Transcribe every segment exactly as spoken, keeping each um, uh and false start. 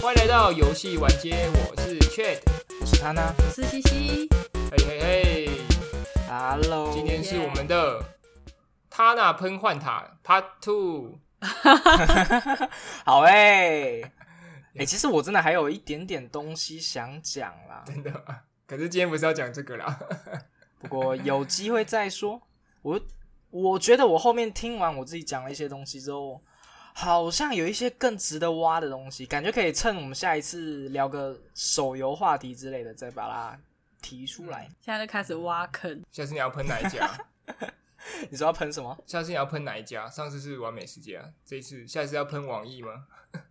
欢迎来到游戏玩街，我是 Chad， 我是他呢， 我是西西， 嘿嘿嘿 ，Hello， 今天是我们的他那喷换塔 Part Two， 好哎、欸，哎、欸，其实我真的还有一点点东西想讲啦， 真的吗？可是今天不是要讲这个啦， 不过有机会再说。我我觉得我后面听完我自己讲了一些东西之后，好像有一些更值得挖的东西，感觉可以趁我们下一次聊个手游话题之类的，再把它提出来。 现在就开始挖坑。 下次你要喷哪一家？ 你说要喷什么？ 下次你要喷哪一家？上次是完美世界啊，这一次下一次要喷网易吗？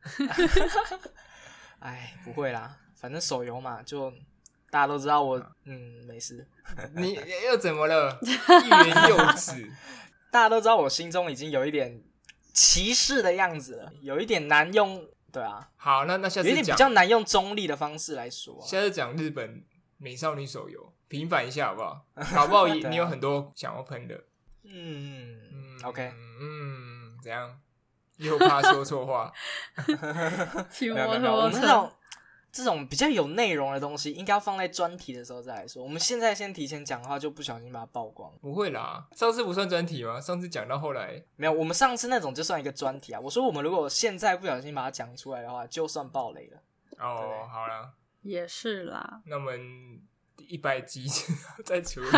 哎，不会啦，反正手游嘛，就大家都知道我，嗯，没事。 你又怎么了？欲言又止。 大家都知道我心中已经有一点歧视的样子了，有一点难用，对啊， 好，那那下次讲有一点比较难用中立的方式来说、啊。 下次讲日本美少女手游，平反一下好不好？搞不好啊你有很多想要喷的。 嗯嗯 ，OK， 嗯，怎样？又怕说错话？ 骑摩没有没有没有，我托车， 们这种这种比较有内容的东西，应该要放在专题的时候再来说。我们现在先提前讲的话，就不小心把它曝光。 不会啦，上次不算专题吗？上次讲到后来， 没有，我们上次那种就算一个专题啊。我说我们如果现在不小心把它讲出来的话，就算爆雷了。 哦，好啦， 也是啦。 那我们一百集再处理。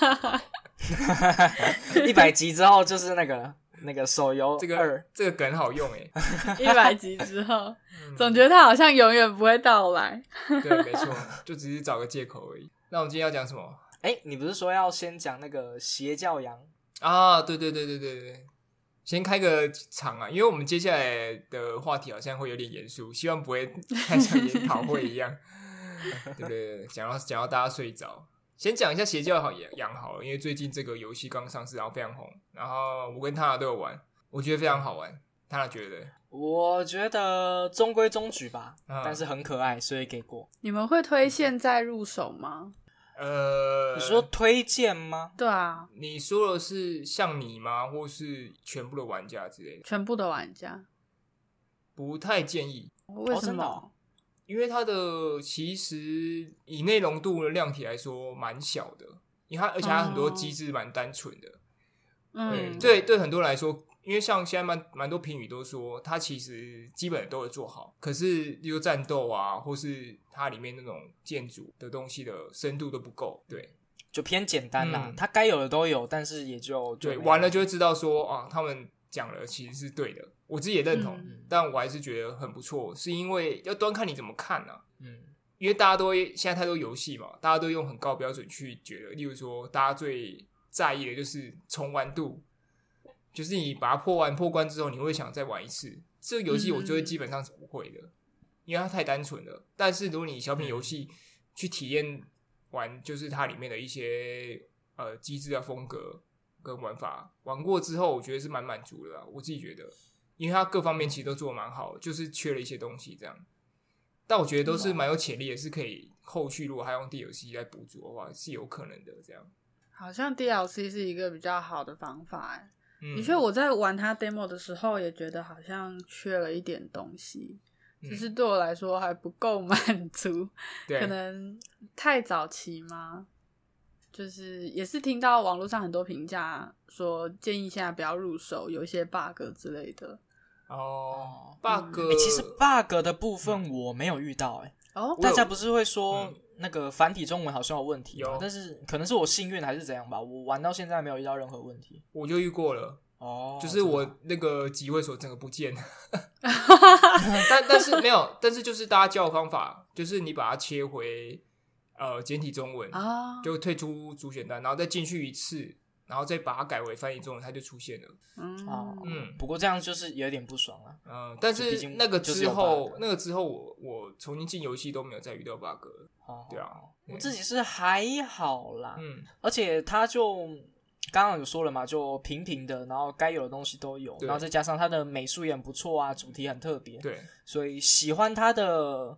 一百集之后就是那个那个手游这个二， 这个梗好用诶。 一百集之后，总觉得它好像永远不会到来。 对，没错，就只是找个借口而已。那我们今天要讲什么哎，你不是说要先讲那个邪教羊？ 啊？对对对对对对，先开个场啊，因为我们接下来的话题好像会有点严肃，希望不会太像研讨会一样。对不对？讲到讲到大家睡着，先讲一下邪教好羊好了，因为最近这个游戏刚上市，然后非常红，然后我跟他都有玩，我觉得非常好玩。他觉得？ 我觉得中规中矩吧， 嗯、 但是很可爱，所以给过。 你们会推现在入手吗？ 呃， 你说推荐吗？ 对啊， 你说的是像你吗？或是全部的玩家之类的？ 全部的玩家不太建议。 为什么？ 哦哦因为它的其实以内容度的量体来说蛮小的，因为它而且它很多机制蛮单纯的。 嗯， 对对，很多人来说，因为像现在蛮蛮多评语都说它其实基本都有做好，可是例如战斗啊，或是它里面那种建筑的东西的深度都不够。对， 就偏简单啦， 嗯、 它该有的都有，但是也就对玩了就会知道说啊，他们讲了其实是对的，我自己也认同， 嗯、 但我还是觉得很不错，是因为要端看你怎么看啊。 嗯， 因为大家都会现在太多游戏嘛，大家都用很高标准去觉得，例如说大家最在意的就是重玩度，就是你把它破完破关之后，你会想再玩一次。这个游戏我觉得基本上是不会的，嗯、因为它太单纯了。但是如果你小品游戏去体验玩，就是它里面的一些呃机制的风格跟玩法，玩过之后，我觉得是蛮满足的啦。我自己觉得，因为它各方面其实都做得蛮好的，就是缺了一些东西这样。但我觉得都是蛮有潜力的，是可以后续如果还用 D L C 来补足的话，是有可能的。这样好像 D L C 是一个比较好的方法欸。 嗯、 的确，我在玩它 demo 的时候也觉得好像缺了一点东西， 嗯、 就是对我来说还不够满足， 对， 可能太早期吗？就是也是听到网络上很多评价说建议现在不要入手，有一些 bug 之类的。 哦 ，bug，、 欸、其实 bug 的部分我没有遇到、欸，哎、 哦， 大家不是会说那个繁体中文好像有问题吗？ 有， 但是可能是我幸运还是怎样吧，我玩到现在没有遇到任何问题。 我就遇过了， 哦， 就是我那个集会所整个不见了，但但是没有，但是就是大家教的方法，就是你把它切回呃简体中文啊， 就退出主选单，然后再进去一次。然后再把它改为翻译中文，它就出现了。 嗯、 哦、 嗯， 不过这样就是有点不爽了。 嗯，但是那个之后，那个之后我我重新进游戏都没有再遇到 bug 了。 哦， 对啊， 我自己是还好啦。 嗯， 而且它就刚刚有说了嘛，就平平的，然后该有的东西都有，然后再加上它的美术也很不错啊，主题很特别。 对， 所以喜欢它的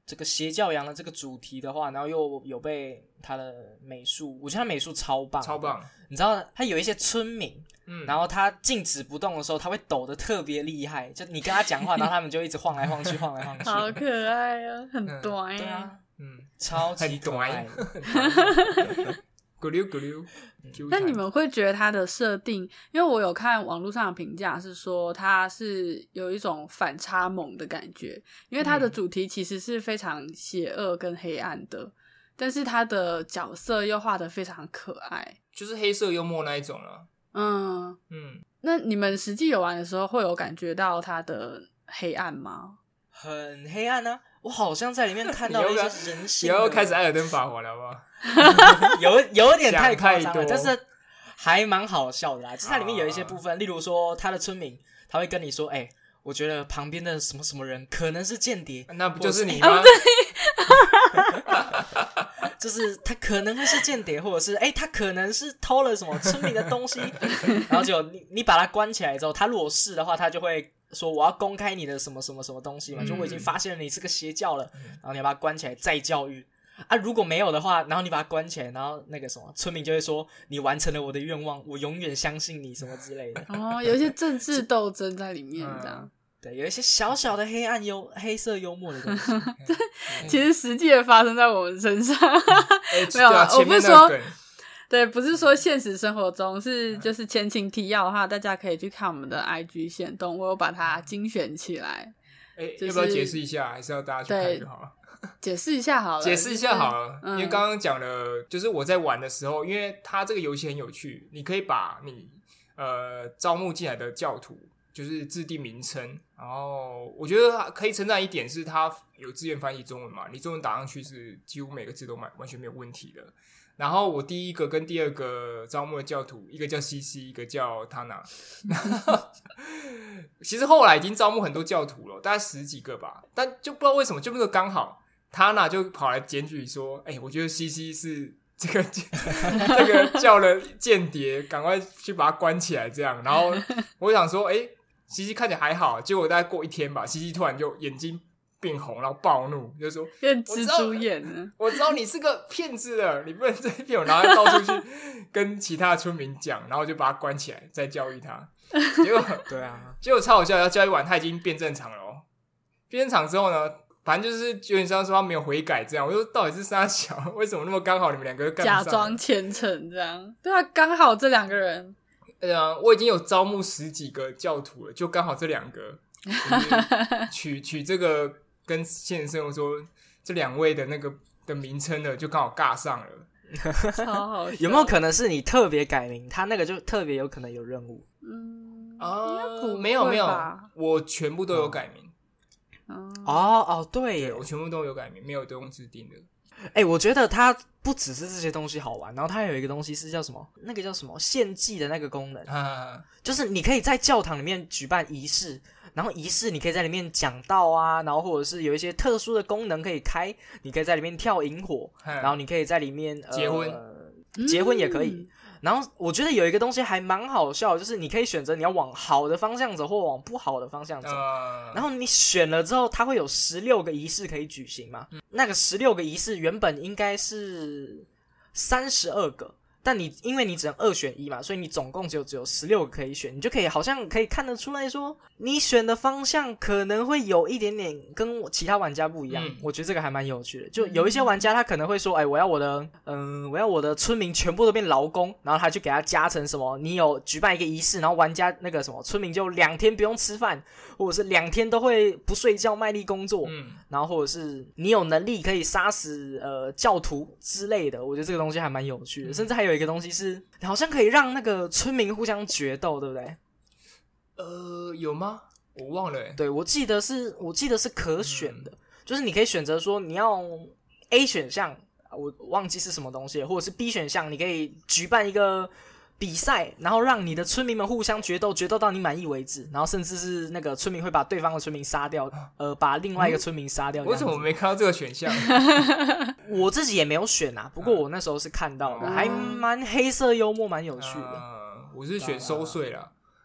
这个邪教羊的这个主题的话，然后又有被他的美术，我觉得他美术超棒， 超棒。 你知道他有一些村民， 嗯， 然后他静止不动的时候，他会抖得特别厉害，就你跟他讲话，然后他们就一直晃来晃去，晃来晃去， 好可爱啊，很短、欸。 对啊， 嗯， 超级可爱。 咕溜咕溜。 那你们会觉得它的设定，因为我有看网络上的评价是说它是有一种反差萌的感觉，因为它的主题其实是非常邪恶跟黑暗的，嗯、但是它的角色又画得非常可爱， 就是黑色幽默那一种了。 嗯嗯，那你们实际游玩的时候会有感觉到它的黑暗吗？ 很黑暗啊！我好像在里面看到一些人性的， 以后开始艾尔登法环了，好不好？ 有有点太夸张了， 但是还蛮好笑的啦。就是它里面有一些部分，啊、例如说他的村民，他会跟你说：“哎、欸，我觉得旁边的什么什么人可能是间谍。” 那不就是你吗？ 哦、对就是他可能会是间谍，或者是哎、欸，他可能是偷了什么村民的东西，然后就你你把他关起来之后，他如果是的话，他就会说我要公开你的什么什么什么东西嘛，嗯、就我已经发现了你是个邪教了，然后你要把他关起来再教育啊。如果没有的话，然后你把他关起来，然后那个什么村民就会说你完成了我的愿望，我永远相信你什么之类的。 哦，有一些政治斗争在里面，这样。嗯对，有一些小小的黑暗幽黑色幽默的东西， 其实实际的发生在我们身上， 欸、 没有啊， 啊我不是说，对，不是说现实生活中是就是前情提要的话，大家可以去看我们的 I G 限动，我有把它精选起来。 哎、欸就是，要不要解释一下？还是要大家去看就好了？ 解释一下好了， 解释一下好了， 嗯、 因为刚刚讲了，就是我在玩的时候，因为它这个游戏很有趣，你可以把你呃招募进来的教徒。就是制定名称，然后我觉得可以称赞一点是它有支援翻译中文嘛，你中文打上去是几乎每个字都完全没有问题的。然后我第一个跟第二个招募的教徒，一个叫 C C， 一个叫 Tana。其实后来已经招募很多教徒了，大概十几个吧，但就不知道为什么就那个刚好 Tana 就跑来检举说，哎、欸，我觉得 C C 是。这个这个叫了间谍，赶快去把他关起来，这样。然后我想说，哎、欸，西西看起来还好，结果大概过一天吧，西西突然就眼睛变红，然后暴怒，就说：“ 变蜘蛛眼了， 我知道你是个骗子了，你不能再骗我。”然后到处去跟其他村民讲，然后就把他关起来，再教育他。结果对啊，结果超好笑，要教育完他已经变正常了哦。变正常之后呢？反正就是有点像说他没有悔改这样，我说到底是啥小，为什么那么刚好你们两个干不上？ 假装虔诚这样，对啊，刚好这两个人。 对啊，我已经有招募十几个教徒了，就刚好这两个，就是取取这个跟现实生活说这两位的那个的名称的，就刚好尬上了。 超好笑。 有没有可能是你特别改名，他那个就特别有可能有任务？ 嗯啊，没有没有，我全部都有改名。 哦哦，对耶， 对，我全部都有改名，没有都用指定的。 哎、欸，我觉得它不只是这些东西好玩，然后它还有一个东西是叫什么？那个叫什么献祭的那个功能， 啊， 就是你可以在教堂里面举办仪式，然后仪式你可以在里面讲道啊，然后或者是有一些特殊的功能可以开，你可以在里面跳萤火，然后你可以在里面、呃、 结婚， 结婚也可以。 嗯然后我觉得有一个东西还蛮好笑的，就是你可以选择你要往好的方向走或往不好的方向走、呃、然后你选了之后它会有十六个仪式可以举行嘛、嗯、那个十六个仪式原本应该是三十二个，但你因为你只能二选一嘛，所以你总共只有只有十六个可以选，你就可以好像可以看得出来说你选的方向可能会有一点点跟其他玩家不一样、嗯、我觉得这个还蛮有趣的。就有一些玩家他可能会说，哎，我要我的嗯、呃，我要我的村民全部都变劳工，然后他就给他加成什么，你有举办一个仪式，然后玩家那个什么村民就两天不用吃饭，或者是两天都会不睡觉卖力工作、嗯、然后或者是你有能力可以杀死呃教徒之类的，我觉得这个东西还蛮有趣的、嗯、甚至还有一个东西是好像可以让那个村民互相决斗，对不对？ 呃，有吗？我忘了耶。 对，我记得是，我记得是可选的、嗯，就是你可以选择说你要 A 选项，我忘记是什么东西了，或者是 B 选项，你可以举办一个比赛，然后让你的村民们互相决斗，决斗到你满意为止，然后甚至是那个村民会把对方的村民杀掉，呃，把另外一个村民杀掉、嗯。 为什么我没看到这个选项？ 我自己也没有选啊，不过我那时候是看到的，嗯、还蛮黑色幽默，蛮有趣的。 呃、我是选收税啦。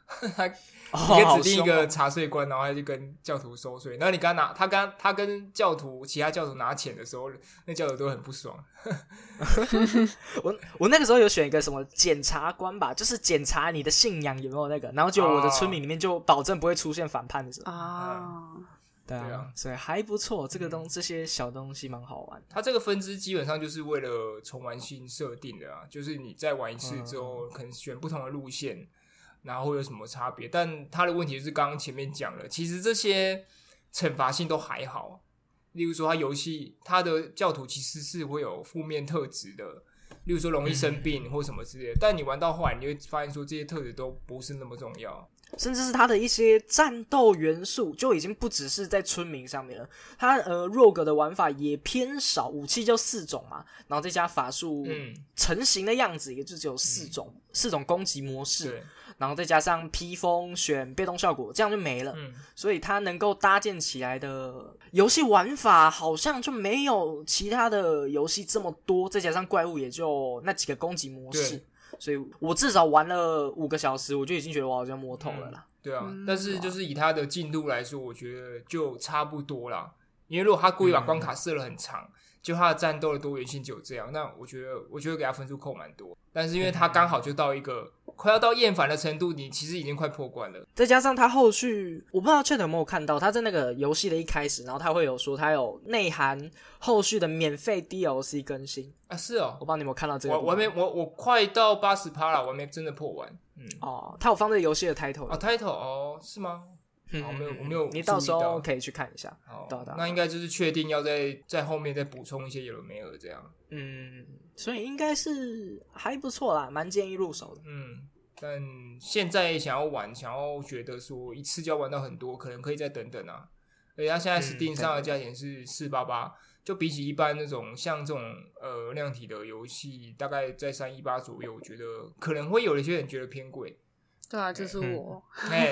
他哦你可以指定一个好凶哦查税官，然后他就跟教徒收税。然后你刚拿他刚他跟教徒其他教徒拿钱的时候，那教徒都很不爽。 我我那个时候有选一个什么检察官吧，就是检查你的信仰有没有那个，然后就我的村民里面就保证不会出现反叛的时候。 啊， 对啊， 对啊所以还不错，这个东这些小东西蛮好玩。 它这个分支基本上就是为了重玩性设定的啊，就是你再玩一次之后，可能选不同的路线，然后会有什么差别。但它的问题就是刚刚前面讲了，其实这些惩罚性都还好。例如说，它游戏它的教徒其实是会有负面特质的，例如说容易生病或什么之类的。但你玩到后来，你会发现说这些特质都不是那么重要。 甚至是它的一些战斗元素就已经不只是在村民上面了，它呃 rogue 的玩法也偏少，武器就四种嘛，然后再加法术嗯成型的样子也就只有四种、嗯、四种攻击模式， 对， 然后再加上披风选被动效果，这样就没了、 嗯、 所以它能够搭建起来的游戏玩法好像就没有其他的游戏这么多，再加上怪物也就那几个攻击模式，所以我至少玩了五个小时，我就已经觉得我好像摸透了啦、 嗯、对啊、 嗯、 但是就是以它的进度来说，我觉得就差不多啦。因为如果他故意把关卡设了很长、嗯、就他的战斗的多元性只有这样，那我觉得我就会给他分数扣蛮多。但是因为他刚好就到一个快要到厌烦的程度，你其实已经快破关了。 再加上他后续，我不知道 Chat 有没有看到，他在那个游戏的一开始，然后他会有说他有内含后续的免费 D L C 更新啊，是哦， 我不知道你有没有看到这个。 我我还没我我快到 百分之八十 了，我还没真的破完。嗯， 哦，他有放在游戏的 title 啊 title 哦，是吗？ 嗯， 我没有，我没有， 你到时候可以去看一下。 好， 对对， 那应该就是确定要在在后面再补充一些有的没有的这样。 嗯，所以应该是还不错啦，蛮建议入手的。 嗯，但现在想要玩，想要觉得说一次就要玩到很多，可能可以再等等啊。而且它现在 Steam 上的价钱是四百八十八，就比起一般那种像这种呃量体的游戏，大概在三百一十八左右，我觉得可能会有一些人觉得偏贵。 对啊，就是我。 哎、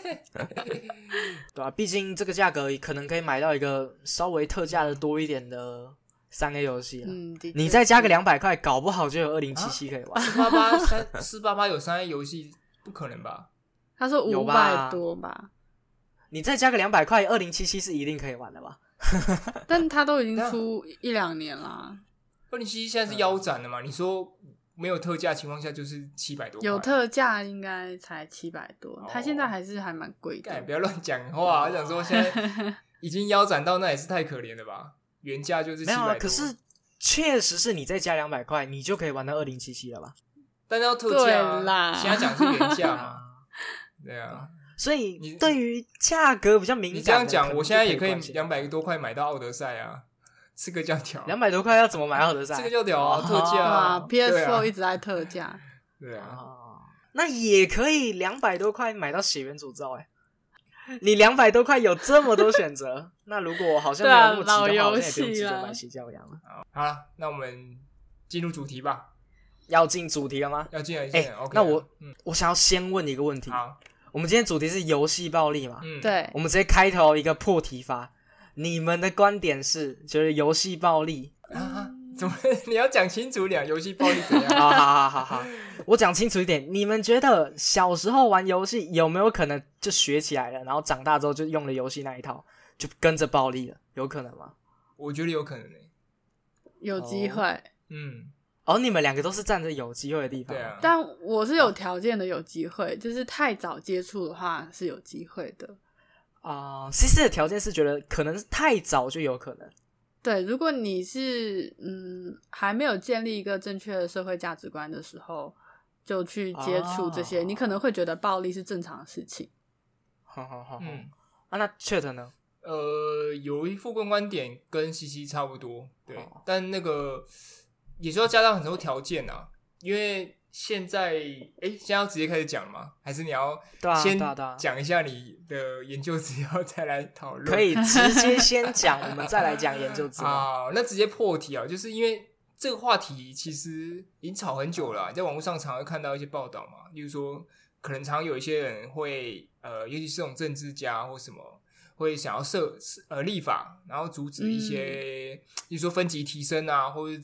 对啊，毕竟这个价格可能可以买到一个稍微特价的多一点的三 A 游戏了。 嗯， 你再加个两百块，搞不好就有二零七七可以玩。 四八八三四八八有三 A 游戏，不可能吧？ 他说五百多吧？ 你再加个两百块，二零七七是一定可以玩的吧？ 但他都已经出一两年啦。 二零七七现在是腰斩了嘛？你说没有特价情况下就是七百多块， 有特价应该才七百多， 哦， 他现在还是还蛮贵的。 不要乱讲话，我想说现在已经腰斩到那也是太可怜了吧？原价就是七百多。 没有啊，可是确实是你再加两百块，你就可以玩到二零七七了吧？ 但是要特价啊， 对啦， 现在讲是原价嘛？对啊， 所以对于价格比较敏感。 你这样讲，我现在也可以两两百多块买到奥德赛啊。吃个教条， 两百多块要怎么买奥德赛？ 这个教条啊，特价啊 ，P S 四啊一直在特价。 对啊， 哦，那也可以两百多块买到血缘诅咒哎！你两百多块有这么多选择，那如果好像没有那么急的话，我现在也不用急着买邪教羊了。 好了，那我们进入主题吧。 要进主题了吗？ 要进了， 哎、 欸 okay， 那我、 嗯、 我想要先问一个问题。 好， 我们今天主题是游戏暴力嘛？ 嗯， 对， 我们直接开头一个破题法。你们的观点是，就是游戏暴力啊？怎么？你要讲清楚点，游戏暴力怎样？ 好好好好好，我讲清楚一点。你们觉得小时候玩游戏有没有可能就学起来了，然后长大之后就用了游戏那一套，就跟着暴力了？有可能吗？ 我觉得有可能诶、欸， 有机会。 哦、嗯， 哦，你们两个都是站着有机会的地方。 对啊， 但我是有条件的，有机会，就是太早接触的话是有机会的。 啊、呃、，C C 的条件是觉得可能太早就有可能。 对，如果你是嗯还没有建立一个正确的社会价值观的时候，就去接触这些、哦，你可能会觉得暴力是正常的事情。 好好好， 嗯， 啊，那 Chat 呢？ 呃，有一副观点跟 C C 差不多，对，哦、但那个也需要加上很多条件啊，因为。现在，哎，现在要直接开始讲了吗？还是你要先讲一下你的研究资料再来讨论？ 可以直接先讲，我们再来讲研究资料。 啊，那直接破题啊，就是因为这个话题其实已经吵很久了、啊，在网络上常会看到一些报道嘛，例如说，可能常有一些人会，呃，尤其是这种政治家或什么，会想要设呃立法，然后阻止一些，比、嗯、如说分级提升啊，或者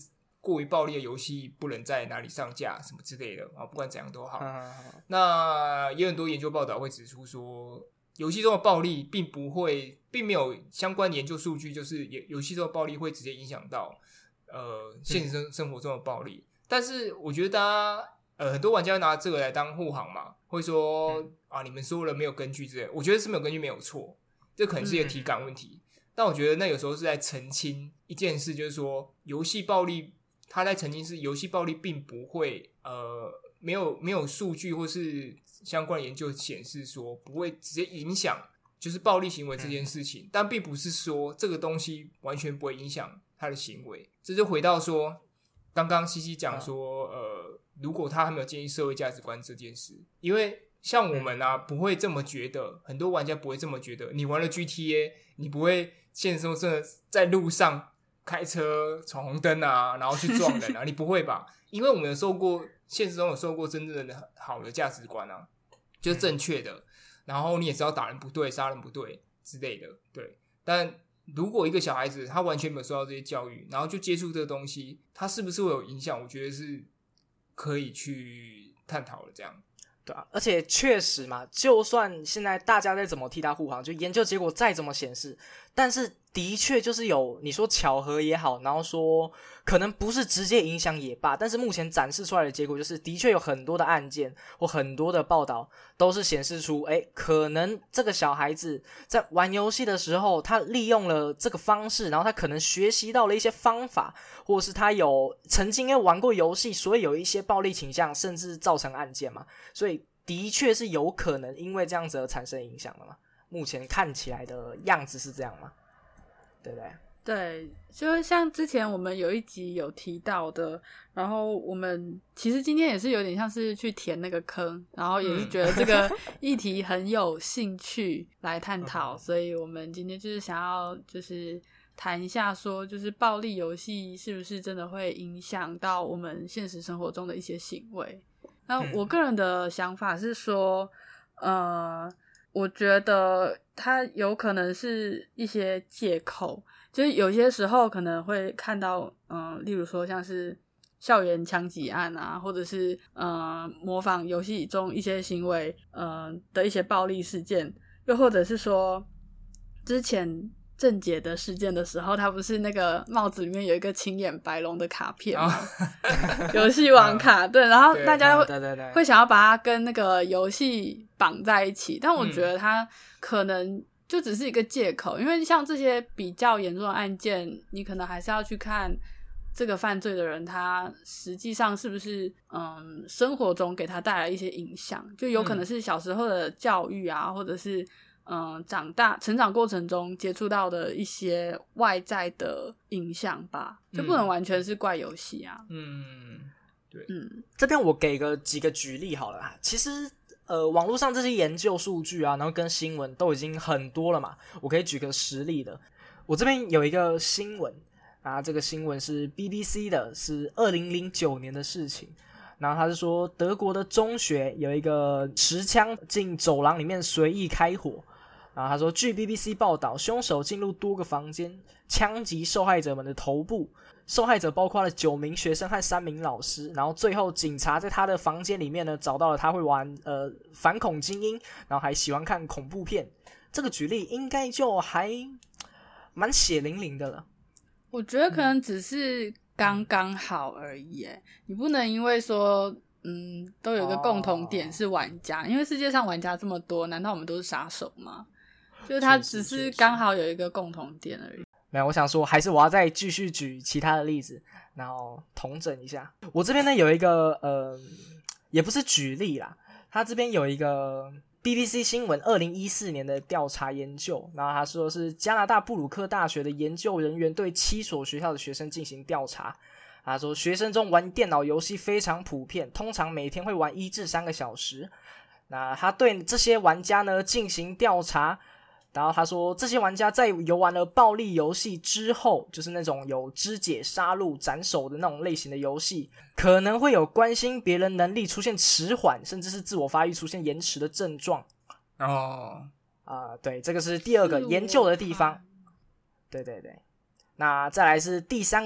过于暴力的游戏不能在哪里上架什么之类的啊，不管怎样都好。 嗯、 那也有很多研究报道会指出说，游戏中的暴力并不会，并没有相关研究数据，就是游戏中的暴力会直接影响到呃现实生活中的暴力。嗯、但是我觉得大家呃很多玩家会拿这个来当护航嘛，会说、嗯、啊你们说了没有根据之类的，我觉得是没有根据没有错，这可能是一个体感问题。嗯、但我觉得那有时候是在澄清一件事，就是说游戏暴力。他在澄清是游戏暴力并不会呃没有没有数据或是相关的研究显示说不会直接影响就是暴力行为这件事情，嗯、但并不是说这个东西完全不会影响他的行为。这就回到说刚刚西西讲说呃如果他还没有建立社会价值观这件事，因为像我们啊不会这么觉得，很多玩家不会这么觉得。你玩了 G T A 你不会现实中真的在路上开车闯红灯啊，然后去撞人啊，你不会吧？因为我们有受过现实中有受过真正的好的价值观啊，就是正确的。然后你也知道打人不对、杀人不对之类的，对。但如果一个小孩子他完全没有受到这些教育，然后就接触这个东西，他是不是会有影响？我觉得是可以去探讨的，这样。 对啊，而且确实嘛，就算现在大家再怎么替他护航，就研究结果再怎么显示，但是的确就是有你说巧合也好，然后说可能不是直接影响也罢，但是目前展示出来的结果就是的确有很多的案件或很多的报道都是显示出诶可能这个小孩子在玩游戏的时候他利用了这个方式，然后他可能学习到了一些方法，或者是他有曾经因为玩过游戏所以有一些暴力倾向，甚至造成案件嘛，所以的确是有可能因为这样子而产生影响的嘛，目前看起来的样子是这样嘛，对不对？ 对，就像之前我们有一集有提到的，然后我们其实今天也是有点像是去填那个坑，然后也是觉得这个议题很有兴趣来探讨，所以我们今天就是想要就是谈一下说，就是暴力游戏是不是真的会影响到我们现实生活中的一些行为。那我个人的想法是说呃我觉得它有可能是一些借口，就是有些时候可能会看到嗯、呃，例如说像是校园枪击案啊，或者是呃模仿游戏中一些行为呃的一些暴力事件，又或者是说之前郑捷的事件的时候，他不是那个帽子里面有一个青眼白龙的卡片吗？游戏王卡，对，然后大家会对对对会想要把它跟那个游戏绑在一起，但我觉得它可能就只是一个借口，嗯、因为像这些比较严重的案件，你可能还是要去看这个犯罪的人他实际上是不是嗯生活中给他带来一些影响，就有可能是小时候的教育啊，或者是嗯，长大成长过程中接触到的一些外在的影响吧，就不能完全是怪游戏啊。 嗯，对， 嗯，这边我给个几个举例好了啦。其实呃，网络上这些研究数据啊，然后跟新闻都已经很多了嘛。我可以举个实例的，我这边有一个新闻啊，这个新闻是 B B C 的，是二零零九年的事情。然后他是说，德国的中学有一个持枪进走廊里面随意开火。然后他说，据 B B C 报道，凶手进入多个房间，枪击受害者们的头部。受害者包括了九名学生和三名老师。然后最后，警察在他的房间里面呢，找到了他会玩呃反恐精英，然后还喜欢看恐怖片。这个举例应该就还蛮血淋淋的了。 我觉得可能只是刚刚好而已，哎，你不能因为说。嗯，都有一个共同点是玩家，哦、因为世界上玩家这么多，难道我们都是杀手吗？就是他只是刚好有一个共同点而已。 没有，我想说，还是我要再继续举其他的例子，然后统整一下。我这边呢有一个呃，也不是举例啦，他这边有一个 B B C 新闻二零一四年的调查研究，然后他说是加拿大布鲁克大学的研究人员对七所学校的学生进行调查。他说学生中玩电脑游戏非常普遍，通常每天会玩一至三个小时。那他对这些玩家呢进行调查，然后他说这些玩家在游玩了暴力游戏之后，就是那种有肢解、杀戮、斩首的那种类型的游戏，可能会有关心别人能力出现迟缓，甚至是自我发育出现延迟的症状。 哦， 啊、呃，对，这个是第二个研究的地方。对对对，那再来是第三个。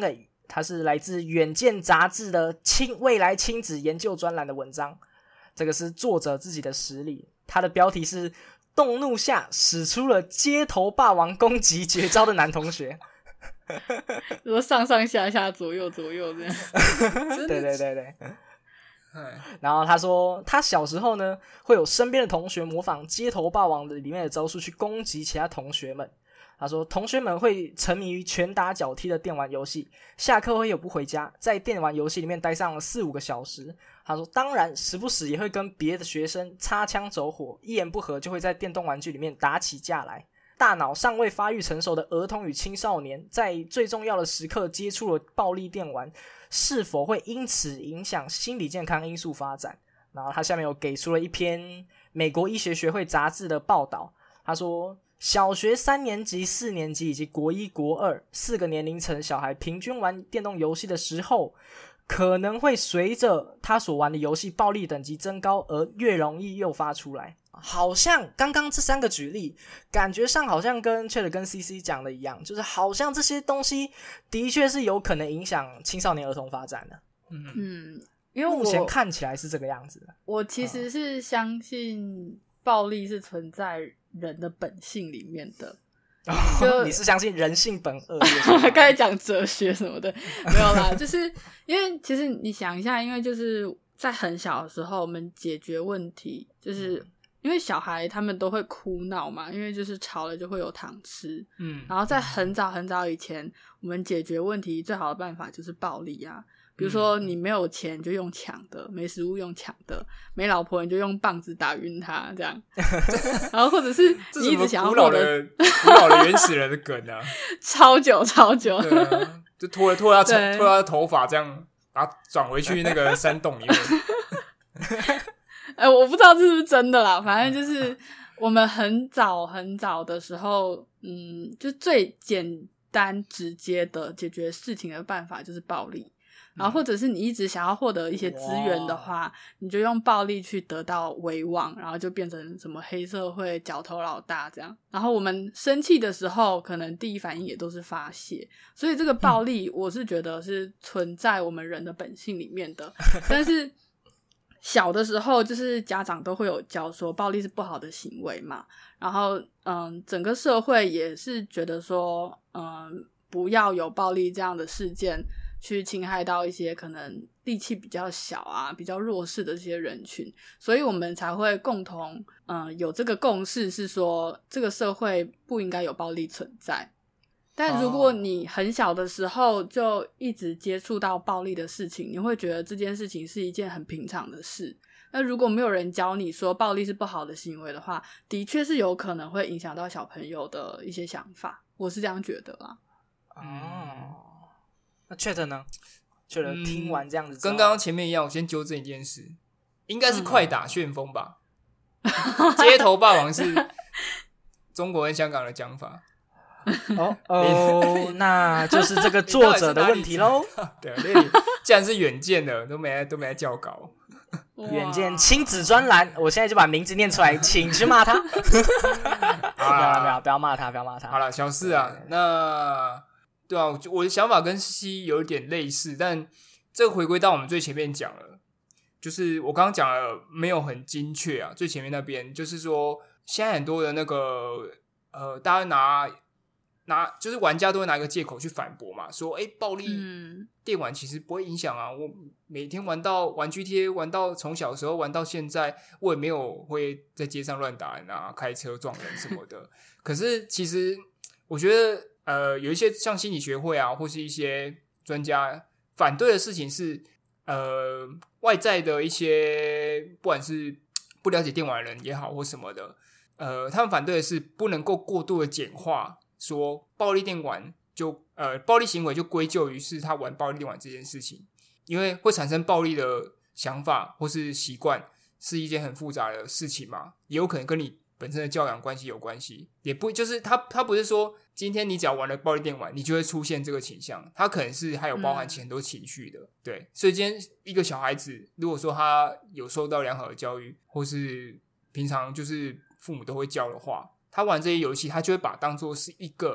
它是来自《远见》杂志的亲未来亲子研究专栏的文章，这个是作者自己的实力，他的标题是动怒下使出了街头霸王攻击绝招的男同学。 说上上下下左右左右这样。 对对对对。然后他说他小时候呢会有身边的同学模仿街头霸王的里面的招数去攻击其他同学们。他说同学们会沉迷于拳打脚踢的电玩游戏，下课会有不回家，在电玩游戏里面待上了四五个小时。他说当然时不时也会跟别的学生擦枪走火，一言不合就会在电动玩具里面打起架来。大脑尚未发育成熟的儿童与青少年在最重要的时刻接触了暴力电玩，是否会因此影响心理健康因素发展。然后他下面有给出了一篇美国医学学会杂志的报道，他说小学三年级、四年级以及国一、国二四个年龄层小孩平均玩电动游戏的时候，可能会随着他所玩的游戏暴力等级增高而越容易诱发出来。好像刚刚这三个举例感觉上好像跟 Chat 跟 C C 讲的一样，就是好像这些东西的确是有可能影响青少年儿童发展的。 嗯嗯，因为我目前看起来是这个样子的。 我其实是相信暴力是存在人的本性里面的。 就你是相信人性本恶？ 刚才讲哲学什么的没有啦，就是因为其实你想一下，因为就是在很小的时候我们解决问题，就是因为小孩他们都会哭闹嘛，因为就是吵了就会有糖吃，嗯，然后在很早很早以前我们解决问题最好的办法就是暴力啊，比如说你没有钱就用抢的，没食物用抢的，没老婆你就用棒子打晕他这样然后或者是你一直想要获得古老的原始人的梗啊超久超久对啊，就拖拖他拖他的头发这样把他转回去那个山洞里面哎、欸，我不知道这是不是真的啦，反正就是我们很早很早的时候，嗯，就最简单直接的解决事情的办法就是暴力，然后或者是你一直想要获得一些资源的话，你就用暴力去得到威望，然后就变成什么黑社会角头老大这样。然后我们生气的时候可能第一反应也都是发泄，所以这个暴力我是觉得是存在我们人的本性里面的但是小的时候就是家长都会有教说暴力是不好的行为嘛，然后嗯，整个社会也是觉得说嗯，不要有暴力这样的事件去侵害到一些可能力气比较小啊比较弱势的这些人群，所以我们才会共同嗯有这个共识，是说这个社会不应该有暴力存在。但如果你很小的时候就一直接触到暴力的事情，你会觉得这件事情是一件很平常的事。那如果没有人教你说暴力是不好的行为的话，的确是有可能会影响到小朋友的一些想法，我是这样觉得啦。 哦，那 Chat 呢？ Chat 听完这样子、嗯、 跟刚刚前面一样，我先纠正一件事，应该是快打旋风吧、嗯、街头霸王是中国跟香港的讲法哦哦，那就是这个作者的问题咯对，那你既然是远见的都没都没来校稿， 远见亲子专栏，我现在就把名字念出来，请去骂他不要不要不要骂他不要骂他。 好啦，小事啊。那对啊，我的想法跟西有点类似，但这个回归到我们最前面讲了，就是我刚刚讲的没有很精确啊，最前面那边就是说现在很多的那个呃，大家拿拿就是玩家都会拿一个借口去反驳嘛，说哎，暴力电玩其实不会影响啊，我每天玩到玩 G T A 玩到从小时候玩到现在，我也没有会在街上乱打人啊，开车撞人什么的可是其实我觉得呃，有一些像心理学会啊，或是一些专家反对的事情是呃，外在的一些不管是不了解电玩的人也好或什么的，呃，他们反对的是不能够过度的简化说暴力电玩就呃暴力行为就归咎于是他玩暴力电玩这件事情，因为会产生暴力的想法或是习惯是一件很复杂的事情嘛，也有可能跟你本身的教养关系有关系，也不就是他他不是说今天你只要玩了暴力电玩你就会出现这个倾向，他可能是还有包含很多情绪的、嗯、对，所以今天一个小孩子如果说他有受到良好的教育，或是平常就是父母都会教的话，他玩这些游戏他就会把它当作是一个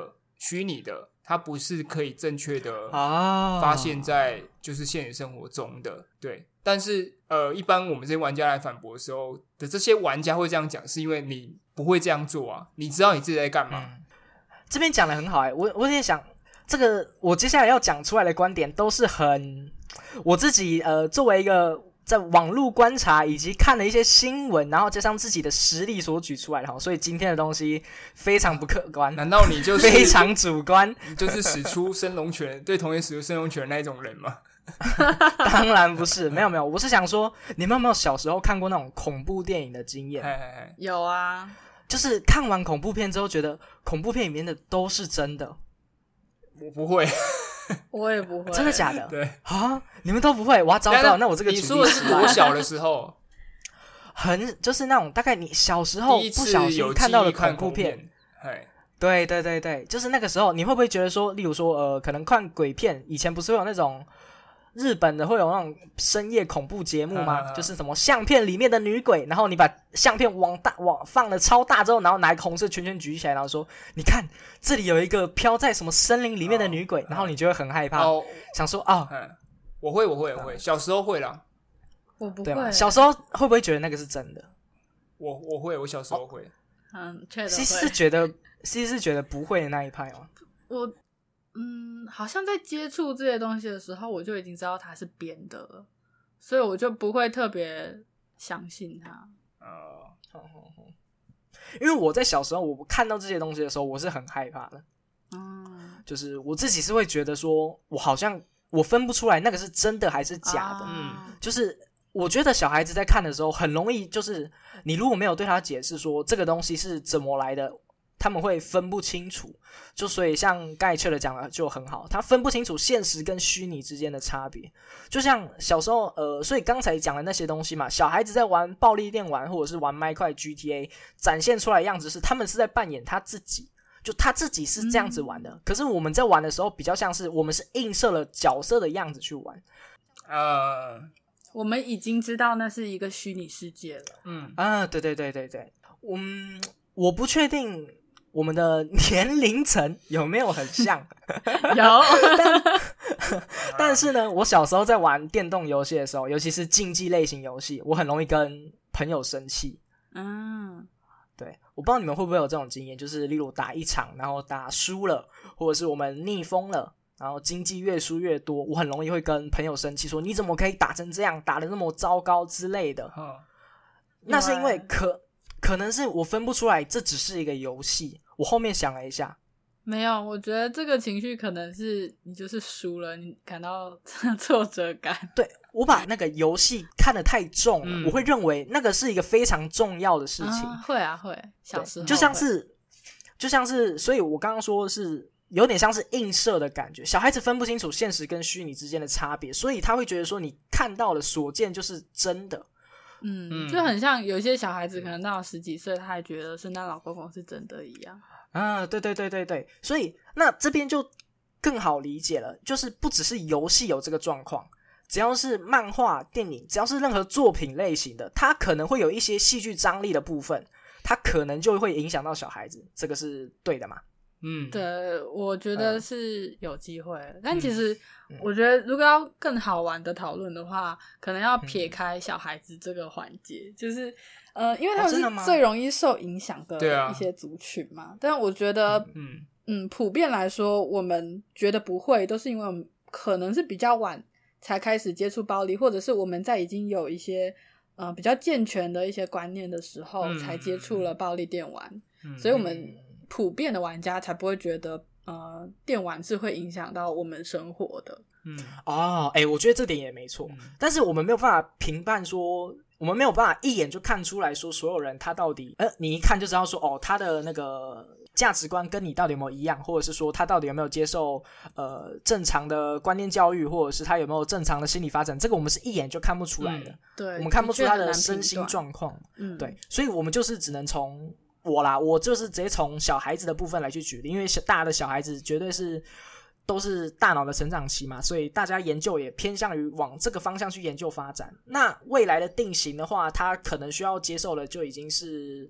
虚拟的，它不是可以正确的啊发现在就是现实生活中的。对，但是呃，一般我们这些玩家来反驳的时候的这些玩家会这样讲，是因为你不会这样做啊，你知道你自己在干嘛。 嗯、这边讲的很好哎、欸，我我有点想，这个我接下来要讲出来的观点都是很我自己呃作为一个在网络观察以及看了一些新闻，然后加上自己的实力所举出来的，所以今天的东西非常不客观。 难道你就是非常主观？ 你就是使出升龙拳对同学使出升龙拳的那一种人吗？ 当然不是，没有没有，我是想说，你们有没有小时候看过那种恐怖电影的经验？ 嘿嘿嘿， 有啊， 就是看完恐怖片之后，觉得恐怖片里面的都是真的。 我不会， 我也不会， 真的假的？ 对啊，你们都不会，哇，糟糕！那我这个你说的是多小的时候？ 很就是那种大概你小时候第一次不小心看到的恐怖片， 片。 嘿， 对对对对，就是那个时候，你会不会觉得说，例如说，呃，可能看鬼片，以前不是会有那种日本的会有那种深夜恐怖节目吗？ 啊、 就是什么相片里面的女鬼，然后你把相片往大往放了超大之后，然后拿一个红色圈圈举起来，然后说，你看这里有一个飘在什么森林里面的女鬼，哦、然后你就会很害怕，哦、想说啊、哦， 我会我会我会，小时候会啦， 我不会。 对吗？小时候会不会觉得那个是真的？ 我我会，我小时候会。哦、 嗯，确实会。是觉得，是是觉得不会的那一派吗？ 我嗯，好像在接触这些东西的时候，我就已经知道它是编的了，所以我就不会特别相信它。 呃， 因为我在小时候，我看到这些东西的时候，我是很害怕的。 嗯， 就是我自己是会觉得说，我好像我分不出来那个是真的还是假的。 啊、 嗯，就是我觉得小孩子在看的时候，很容易就是你如果没有对他解释说这个东西是怎么来的。他们会分不清楚，就所以像刚才确的讲的就很好，他分不清楚现实跟虚拟之间的差别。就像小时候，呃，所以刚才讲的那些东西嘛，小孩子在玩暴力电玩或者是玩麦块 G T A， 展现出来的样子是他们是在扮演他自己，就他自己是这样子玩的。嗯、可是我们在玩的时候，比较像是我们是映射了角色的样子去玩。 呃， 我们已经知道那是一个虚拟世界了。 嗯啊，对对对对对，嗯，我不确定。我们的年龄层有没有很像？ 有但，但是呢，我小时候在玩电动游戏的时候，尤其是竞技类型游戏，我很容易跟朋友生气。 嗯， 对，我不知道你们会不会有这种经验，就是例如打一场，然后打输了，或者是我们逆风了，然后经济越输越多，我很容易会跟朋友生气，说你怎么可以打成这样，打得那么糟糕之类的。 嗯、 那是因为可可能是我分不出来，这只是一个游戏。我后面想了一下， 没有，我觉得这个情绪可能是你就是输了，你感到挫折感。 对，我把那个游戏看得太重了、嗯，我会认为那个是一个非常重要的事情。 啊会啊，会，小时候就像是，就像是，所以我刚刚说是有点像是映射的感觉。小孩子分不清楚现实跟虚拟之间的差别，所以他会觉得说你看到的所见就是真的。 嗯，就很像有一些小孩子可能到了十几岁，他还觉得圣诞老公公是真的一样啊，对对对对对，所以那这边就更好理解了，就是不只是游戏有这个状况，只要是漫画、电影，只要是任何作品类型的，它可能会有一些戏剧张力的部分，它可能就会影响到小孩子，这个是对的嘛？ 嗯， 对，我觉得是有机会、嗯、但其实我觉得如果要更好玩的讨论的话，可能要撇开小孩子这个环节、嗯、就是呃，因为他们是最容易受影响的一些族群嘛、哦、但我觉得嗯嗯，普遍来说我们觉得不会，都是因为我们可能是比较晚才开始接触暴力，或者是我们在已经有一些呃比较健全的一些观念的时候、嗯、才接触了暴力电玩、嗯、所以我们普遍的玩家才不会觉得呃电玩是会影响到我们生活的。 嗯，哦，哎、欸，我觉得这点也没错、嗯，但是我们没有办法评判说，我们没有办法一眼就看出来说所有人他到底，呃，你一看就知道说，哦，他的那个价值观跟你到底有没有一样，或者是说他到底有没有接受呃正常的观念教育，或者是他有没有正常的心理发展，这个我们是一眼就看不出来的。嗯、 对， 我们看不出他的身心状况。嗯，对，所以我们就是只能从。我啦，我就是直接从小孩子的部分来去举例，因为大的小孩子绝对是都是大脑的成长期嘛，所以大家研究也偏向于往这个方向去研究发展。那未来的定型的话，他可能需要接受的就已经是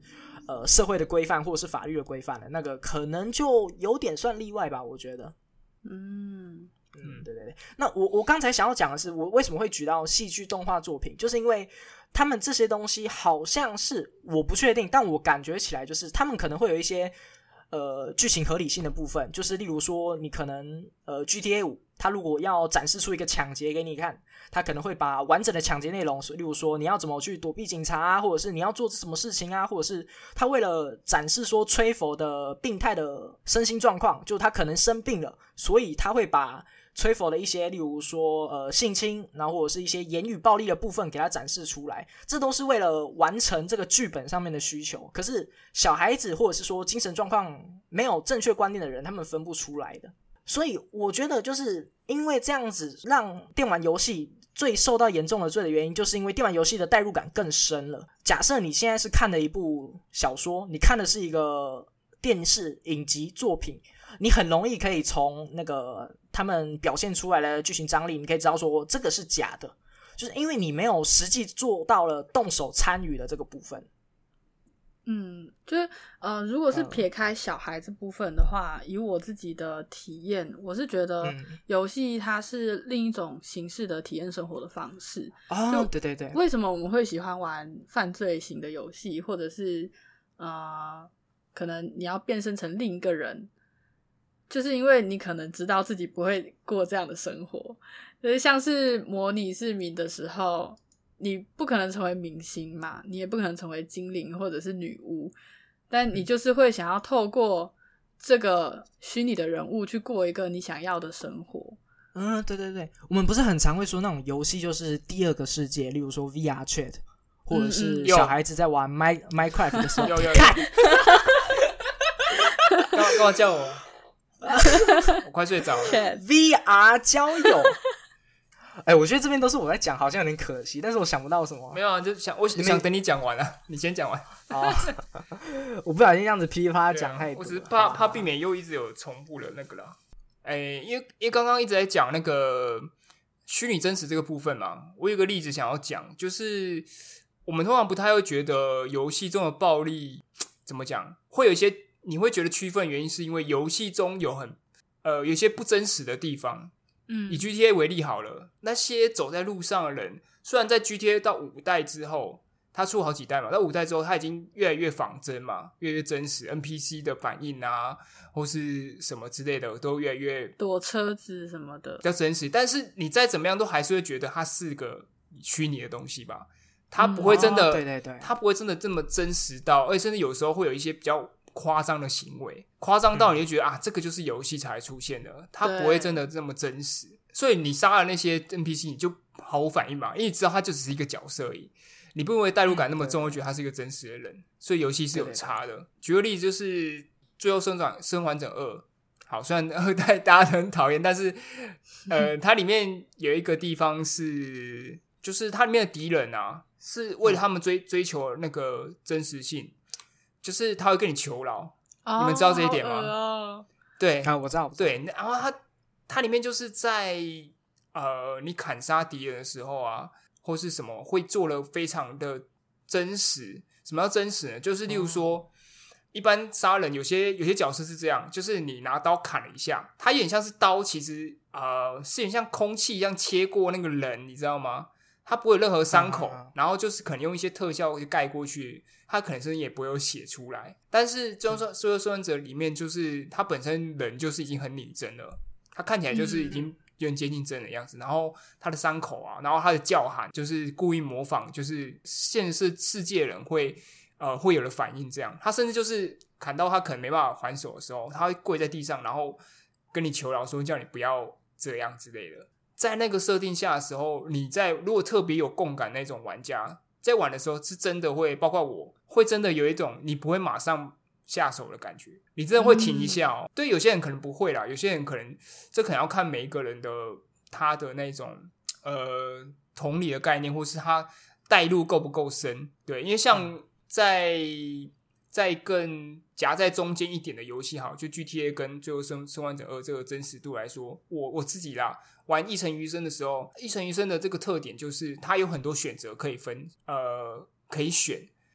呃社会的规范或者是法律的规范了，那个可能就有点算例外吧，我觉得。 嗯嗯，对对对。那我我刚才想要讲的是，我为什么会举到戏剧动画作品，就是因为他们这些东西好像是我不确定，但我感觉起来就是他们可能会有一些呃剧情合理性的部分，就是例如说你可能呃 G T A 五，它如果要展示出一个抢劫给你看，它可能会把完整的抢劫内容，例如说你要怎么去躲避警察啊，或者是你要做什么事情啊，或者是他为了展示说吹佛的病态的身心状况，就他可能生病了，所以他会把吹佛的一些例如说呃性侵，然后或者是一些言语暴力的部分给他展示出来，这都是为了完成这个剧本上面的需求。可是小孩子或者是说精神状况没有正确观念的人，他们分不出来的。所以我觉得就是因为这样子，让电玩游戏最受到严重的罪的原因，就是因为电玩游戏的代入感更深了。假设你现在是看的一部小说，你看的是一个电视影集作品，你很容易可以从那个他们表现出来的剧情张力，你可以知道说这个是假的，就是因为你没有实际做到了动手参与的这个部分。 嗯，就是呃，如果是撇开小孩这部分的话，嗯、以我自己的体验，我是觉得游戏它是另一种形式的体验生活的方式。 哦，对对对。 为什么我们会喜欢玩犯罪型的游戏，或者是呃，可能你要变身成另一个人，就是因为你可能知道自己不会过这样的生活，就是像是模拟市民的时候。你不可能成为明星嘛，你也不可能成为精灵或者是女巫，但你就是会想要透过这个虚拟的人物去过一个你想要的生活。 嗯，对对对，我们不是很常会说那种游戏就是第二个世界，例如说 V R Chat， 或者是小孩子在玩 My, Minecraft 的时候， 有有有看， 干嘛干嘛叫我？我快睡着了。 V R 交友。哎、欸，我觉得这边都是我在讲，好像有点可惜，但是我想不到什么。 没有啊，就想我想等你讲完啊，你先讲完。 哦，我不小心这样子噼里啪啦讲太多、 啊，我只是怕怕避免又一直有重复的那个啦。哎、欸，因为因为刚刚一直在讲那个虚拟真实这个部分嘛，我有个例子想要讲，就是我们通常不太会觉得游戏中的暴力怎么讲，会有一些你会觉得区分原因，是因为游戏中有很呃有一些不真实的地方。 嗯， 以 G T A 为例好了，那些走在路上的人，虽然在 G T A 到五代之后，它出好几代嘛，到五代之后，它已经越来越仿真嘛，越来越真实 ，N P C 的反应啊，或是什么之类的，都越来越躲车子什么的， 比较真实。但是你再怎么样，都还是会觉得它是个虚拟的东西吧，它不会真的， 嗯哦、对对对， 它不会真的这么真实到，而且甚至有时候会有一些比较夸张的行为，夸张到你就觉得、嗯、啊，这个就是游戏才出现的，它不会真的这么真实。所以你杀了那些 N P C， 你就毫无反应嘛，因为你知道他就只是一个角色而已，你不因为代入感那么重，会、嗯、觉得他是一个真实的人。所以游戏是有差的。对对对，举个例子，就是《最后生长生还者二》，好，虽然二代大家都很讨厌，但是呃，它里面有一个地方是，就是它里面的敌人啊，是为了他们追追求那个真实性。就是他会跟你求饶、哦，你们知道这一点吗？ 哦、 对啊，我知道。 对，然后他他里面就是在呃，你砍杀敌人的时候啊，或是什么会做了非常的真实。什么叫真实呢？就是例如说，哦、一般杀人有些有些角色是这样，就是你拿刀砍了一下，它有点像是刀，其实呃是有点像空气一样切过那个人，你知道吗？它不会有任何伤口、啊，然后就是可能用一些特效去盖过去，它可能甚至也不会有血出来。但是《最后最后生还者》里面，就是它本身人就是已经很拟真了，它看起来就是已经有点接近真的样子。然后它的伤口啊，然后它的叫喊，就是故意模仿，就是现实世界人会呃会有的反应。这样，他甚至就是砍到他可能没办法还手的时候，他会跪在地上，然后跟你求饶，说叫你不要这样之类的。在那个设定下的时候，你在如果特别有共感那种玩家，在玩的时候是真的会，包括我会真的有一种你不会马上下手的感觉，你真的会停一下哦。嗯、对，有些人可能不会啦，有些人可能这可能要看每一个人的他的那种呃同理的概念，或是他带入够不够深。对，因为像在、嗯、在更夹在中间一点的游戏，好，就 G T A 跟最后生生还者二这个真实度来说，我我自己啦。玩一城余生的时候，一城余生的这个特点就是它有很多选择可以分，呃，可以选。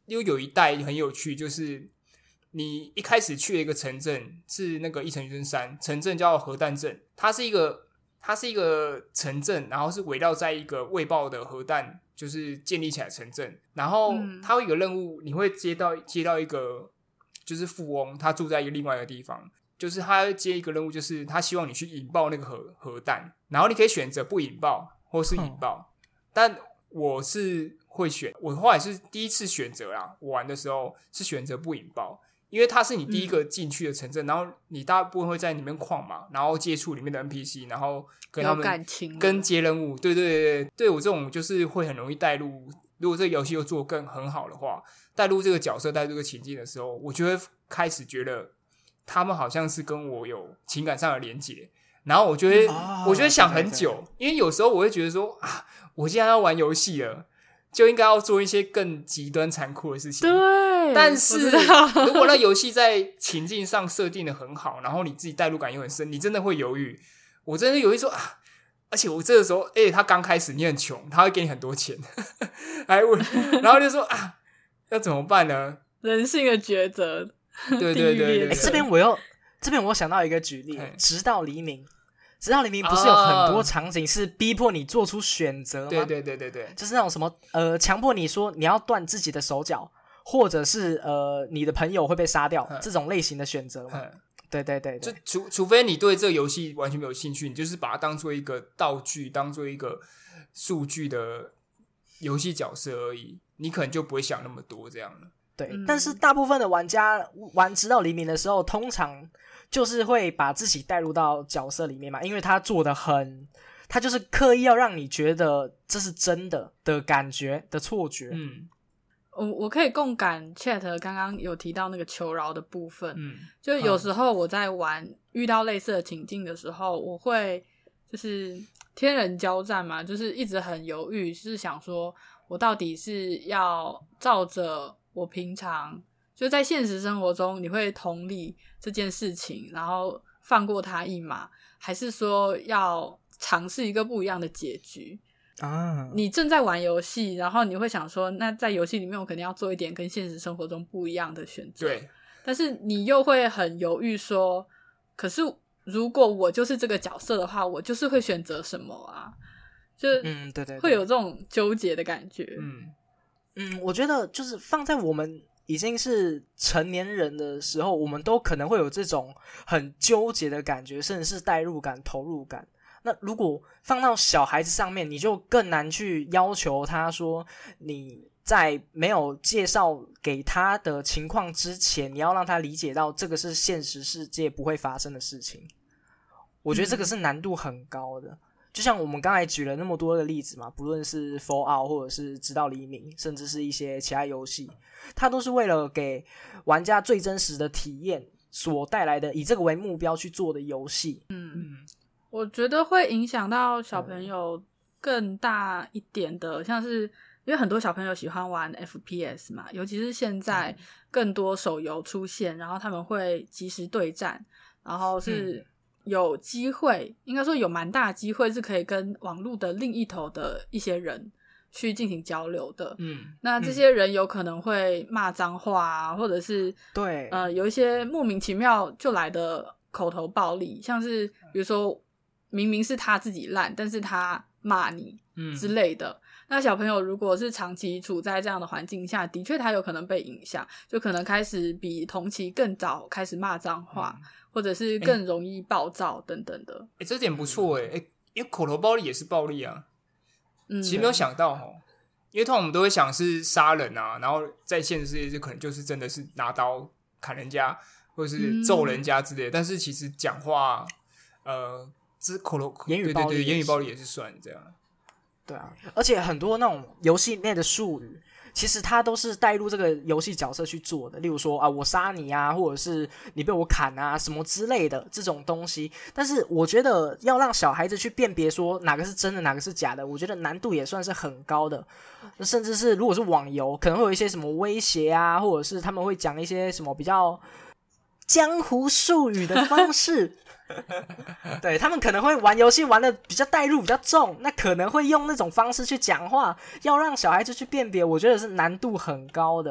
又有一代很有趣，就是你一开始去了一个城镇，是那个一城云山城镇，叫核弹镇，它是一个它是一个城镇，然后是围绕在一个未爆的核弹就是建立起来的城镇，然后它有一个任务，你会接到接到一个就是富翁，他住在一个另外一个地方，就是他接一个任务，就是他希望你去引爆那个核核弹，然后你可以选择不引爆或是引爆，但我是会选，我后来是第一次选择啦，我玩的时候是选择不引爆，因为它是你第一个进去的城镇、嗯、然后你大部分会在里面逛嘛，然后接触里面的 N P C， 然后跟他们跟接任务，对对对对，对我这种就是会很容易带入，如果这个游戏又做得更很好的话，带入这个角色带入这个情境的时候，我就会开始觉得他们好像是跟我有情感上的连结，然后我就会、哦、我就会想很久，对对对，因为有时候我会觉得说啊，我现在要玩游戏了，就应该要做一些更极端残酷的事情。 对， 但是如果那游戏在情境上设定的很好，然后你自己代入感又很深，你真的会犹豫。我真的犹豫说啊，而且我这个时候，哎、欸，他刚开始你很穷，他会给你很多钱，还问，然后就说啊，要怎么办呢？ 人性的抉择。 对对对 对, 对, 对、欸，这边我又这边我想到一个举例，直到黎明。直到黎明不是有很多场景是逼迫你做出选择吗？ 对对对对对， 就是那种什么呃，强迫你说你要断自己的手脚，或者是呃，你的朋友会被杀掉，这种类型的选择嘛。对对对对， 就除除非你对这个游戏完全没有兴趣，你就是把它当做一个道具，当做一个数据的游戏角色而已，你可能就不会想那么多这样了。 对、嗯，但是大部分的玩家玩直到黎明的时候，通常就是会把自己带入到角色里面嘛，因为他做的很，他就是刻意要让你觉得这是真的的感觉的错觉。 嗯， 我我可以共感 Chat 刚刚有提到那个求饶的部分， 嗯， 就有时候我在玩、嗯、遇到类似的情境的时候，我会就是天人交战嘛，就是一直很犹豫，是想说我到底是要照着我平常就在现实生活中你会同理这件事情然后放过他一马，还是说要尝试一个不一样的结局啊？你正在玩游戏，然后你会想说那在游戏里面我肯定要做一点跟现实生活中不一样的选择， 对， 但是你又会很犹豫说可是如果我就是这个角色的话，我就是会选择什么啊？就嗯，对对对， 会有这种纠结的感觉。 嗯嗯，我觉得就是放在我们已经是成年人的时候，我们都可能会有这种很纠结的感觉，甚至是代入感、投入感。那如果放到小孩子上面，你就更难去要求他说你在没有介绍给他的情况之前，你要让他理解到这个是现实世界不会发生的事情。我觉得这个是难度很高的。嗯，就像我们刚才举了那么多的例子嘛，不论是 Fallout 或者是直到黎明，甚至是一些其他游戏，它都是为了给玩家最真实的体验所带来的以这个为目标去做的游戏。 嗯，我觉得会影响到小朋友更大一点的，像是因为很多小朋友喜欢玩 F P S 嘛，尤其是现在更多手游出现，然后他们会即时对战，然后是有机会，应该说有蛮大的机会是可以跟网络的另一头的一些人去进行交流的。嗯，那这些人有可能会骂脏话啊，或者是对呃有一些莫名其妙就来的口头暴力，像是比如说明明是他自己烂，但是他骂你之类的。嗯，那小朋友如果是长期处在这样的环境下，的确他有可能被影响，就可能开始比同期更早开始骂脏话。嗯，或者是更容易暴躁等等的。 欸欸，这点不错欸，欸，因为口头暴力也是暴力啊。嗯，其实没有想到齁，因为通常我们都会想是杀人啊，然后在现实世界就可能就是真的是拿刀砍人家或者是揍人家之类的，嗯，但是其实讲话呃这口头言语暴力， 对对对，言语暴力也是算这样。 对啊，而且很多那种游戏内的术语其实它都是带入这个游戏角色去做的，例如说啊，我杀你啊，或者是你被我砍啊，什么之类的这种东西。但是我觉得要让小孩子去辨别说哪个是真的，哪个是假的，我觉得难度也算是很高的。甚至是如果是网游，可能会有一些什么威胁啊，或者是他们会讲一些什么比较江湖术语的方式。对，他们可能会玩游戏玩的比较带入比较重，那可能会用那种方式去讲话，要让小孩子去辨别，我觉得是难度很高的。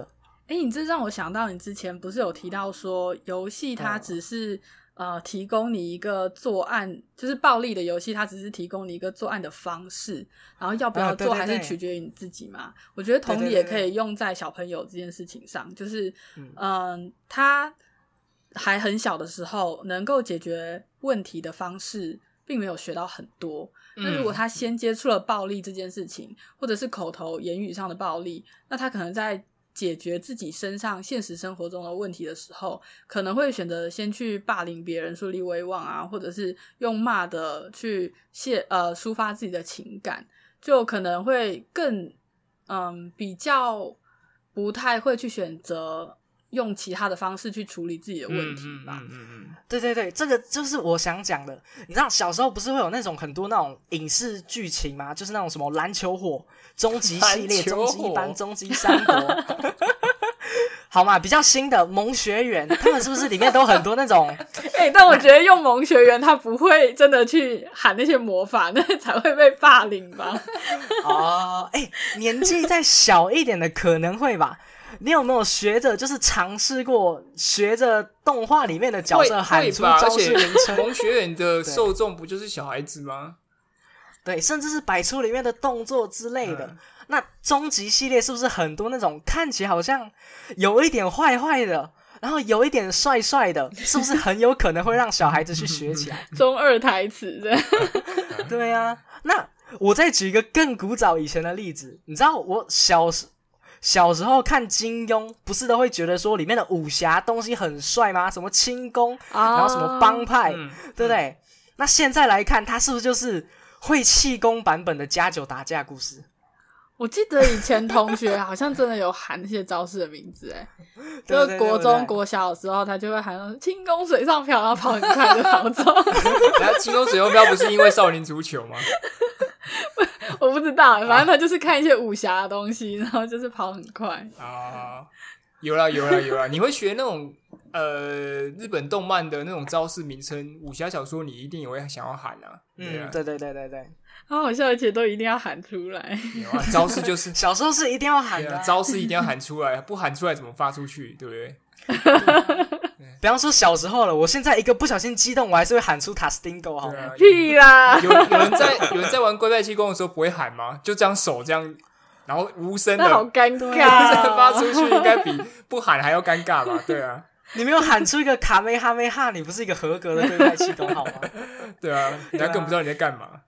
哎、欸，你这让我想到，你之前不是有提到说，游戏它只是、哦、呃提供你一个作案，就是暴力的游戏，它只是提供你一个作案的方式，然后要不要做还是取决于你自己嘛。啊、对对对我觉得同理也可以用在小朋友这件事情上，就是嗯、呃，他还很小的时候，能够解决问题的方式并没有学到很多。那如果他先接触了暴力这件事情，或者是口头言语上的暴力，那他可能在解决自己身上现实生活中的问题的时候，可能会选择先去霸凌别人树立威望啊，或者是用骂的去泄呃抒发自己的情感，就可能会更嗯比较不太会去选择用其他的方式去处理自己的问题吧。 嗯嗯嗯嗯，对对对，这个就是我想讲的。你知道小时候不是会有那种很多那种影视剧情吗？就是那种什么篮球火、终极系列、终极一班、终极三国。好嘛，比较新的萌学园，他们是不是里面都很多那种？ 哎、欸，但我觉得用萌学园，他不会真的去喊那些魔法，那才会被霸凌吧？ 哦，哎、欸，年纪再小一点的可能会吧。你有没有学着就是尝试过学着动画里面的角色喊出招式名称？ 萌学园的受众不就是小孩子吗？ 对，甚至是百出里面的动作之类的。嗯、那终极系列是不是很多那种看起来好像有一点坏坏的，然后有一点帅帅的，是不是很有可能会让小孩子去学起来？ 中二台词的。 对啊，那我再举一个更古早以前的例子，你知道我小时。小时候看金庸，不是都会觉得说里面的武侠东西很帅吗？什么轻功，啊、然后什么帮派，嗯、对不对？嗯、那现在来看，它是不是就是会气功版本的加九打架故事？ 我记得以前同学好像真的有喊那些招式的名字，哎，就是国中国小的时候，他就会喊轻功水上漂，然后跑很快就跑走。 然后轻功水上漂不是因为少林足球吗？ 我不知道，反正他就是看一些武侠的东西，然后就是跑很快啊。有啦有啦有啦，你会学那种呃日本动漫的那种招式名称，武侠小说你一定也会想要喊啊。 对啊嗯，对对对对对， 好好笑，而且都一定要喊出来。 有啊，招式就是小时候是一定要喊的、啊， 招式一定要喊出来，不喊出来怎么发出去，对不对？ 比方说小时候了，我现在一个不小心激动，我还是会喊出塔斯汀狗，好吗？ 啊、 屁啦！ 有有人在有人在玩龟派气功的时候不会喊吗？就这样手这样，然后无声的， 那好尴尬、啊， 发出去应该比不喊还要尴尬吧？对啊， 你没有喊出一个卡梅哈梅哈，你不是一个合格的龟派气功好吗？ 对啊，人家根本不知道你在干嘛。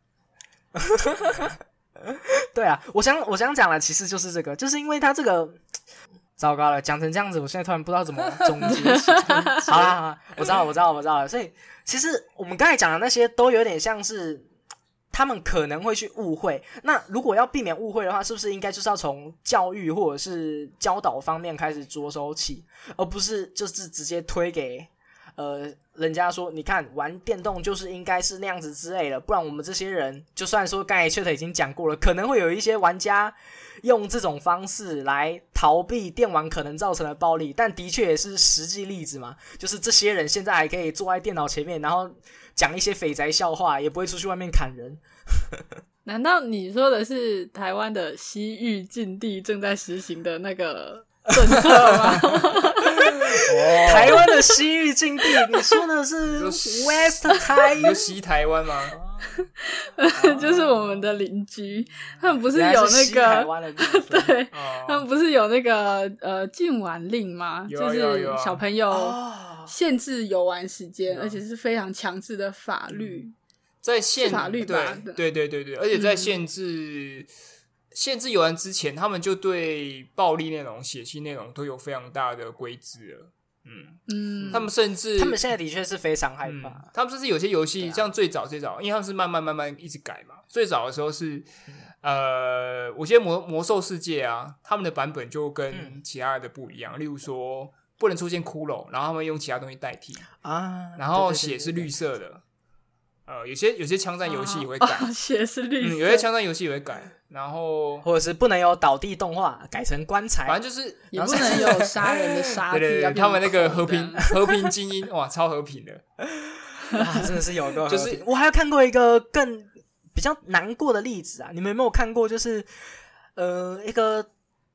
对啊，我想我想讲的其实就是这个，就是因为他这个。糟糕了，讲成这样子，我现在突然不知道怎么总结起。好啦好啦，我知道我知道我知道了。所以其实我们刚才讲的那些都有点像是他们可能会去误会。那如果要避免误会的话，是不是应该就是要从教育或者是教导方面开始着手起，而不是就是直接推给呃人家说，你看玩电动就是应该是那样子之类的，不然我们这些人，就算说刚才 Chet 已经讲过了，可能会有一些玩家用这种方式来逃避电玩可能造成的暴力，但的确也是实际例子嘛，就是这些人现在还可以坐在电脑前面，然后讲一些匪宅笑话，也不会出去外面砍人。 难道你说的是台湾的西域禁地正在实行的那个政策吗？ 台湾的西域禁地，你说的是 West 台？ 你说西台湾吗？ 就是我们的邻居，他们不是有那个对、哦，他们不是有那个呃禁玩令吗？就是小朋友限制游玩时间，而且是非常强制的法律， 在限法律吧？ 对对对对，而且在限制、嗯、限制游玩之前，他们就对暴力内容、血腥内容都有非常大的规制了。嗯嗯，他们甚至他们现在的确是非常害怕、嗯、 他们甚至有些游戏、啊、像最早最早因为他们是慢慢慢慢一直改嘛，最早的时候是、嗯、呃我觉得魔魔兽世界啊，他们的版本就跟其他的不一样、嗯、例如说不能出现骷髅，然后他们用其他东西代替啊，然后血是绿色的，对对对对，呃有些有些枪战游戏也会改、 啊、血是绿色、 嗯、有些枪战游戏也会改，然后或者是不能有倒地动画，改成棺材， 反正就是也不能有杀人的杀字。 对对对，他们那个和平和平精英，哇，超和平的， 哇，真的是有个就是我还有看过一个更比较难过的例子啊，你们有没有看过？就是呃，一个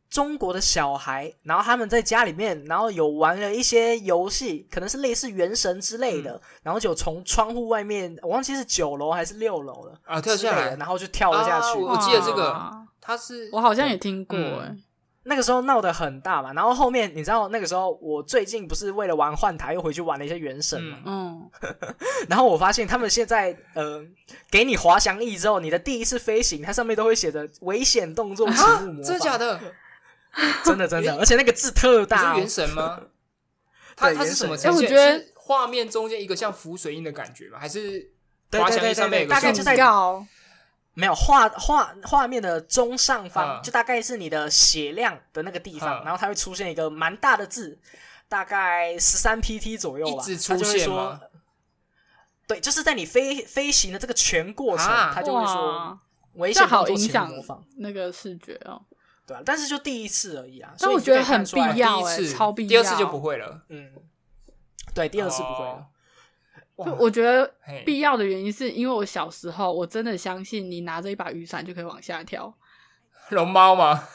中国的小孩，然后他们在家里面，然后有玩了一些游戏，可能是类似原神之类的，嗯、然后就从窗户外面，我忘记是九楼还是六楼了啊，跳下来， 然后就跳了下去。 啊、我记得这个，他是我好像也听过哎、 嗯。那个时候闹得很大嘛，然后后面你知道那个时候我最近不是为了玩幻塔又回去玩了一些原神嘛， 嗯， 然后我发现他们现在呃给你滑翔翼之后，你的第一次飞行它上面都会写着危险动作，请勿模仿。 真的假的？ 真的真的，而且那个字特大、哦。 是原神吗？它它是什么呈现？ 我觉得画面中间一个像浮水印的感觉吗？还是滑翔翼上面有个大概就在高？ 没有画画画面的中上方、嗯，就大概是你的血量的那个地方，嗯、然后它会出现一个蛮大的字，大概十三 P T 左右吧， 一直出现吗？ 对，就是在你飞飞行的这个全过程，它、啊、就会说危险动作请勿模仿， 那个视觉哦。 对啊，但是就第一次而已啊， 但我觉得很必要哎、欸，超必要。 第二次就不会了， 嗯，对，第二次不会了。哦就我觉得必要的原因是因为我小时候我真的相信你拿着一把雨伞就可以往下跳。 龙猫吗？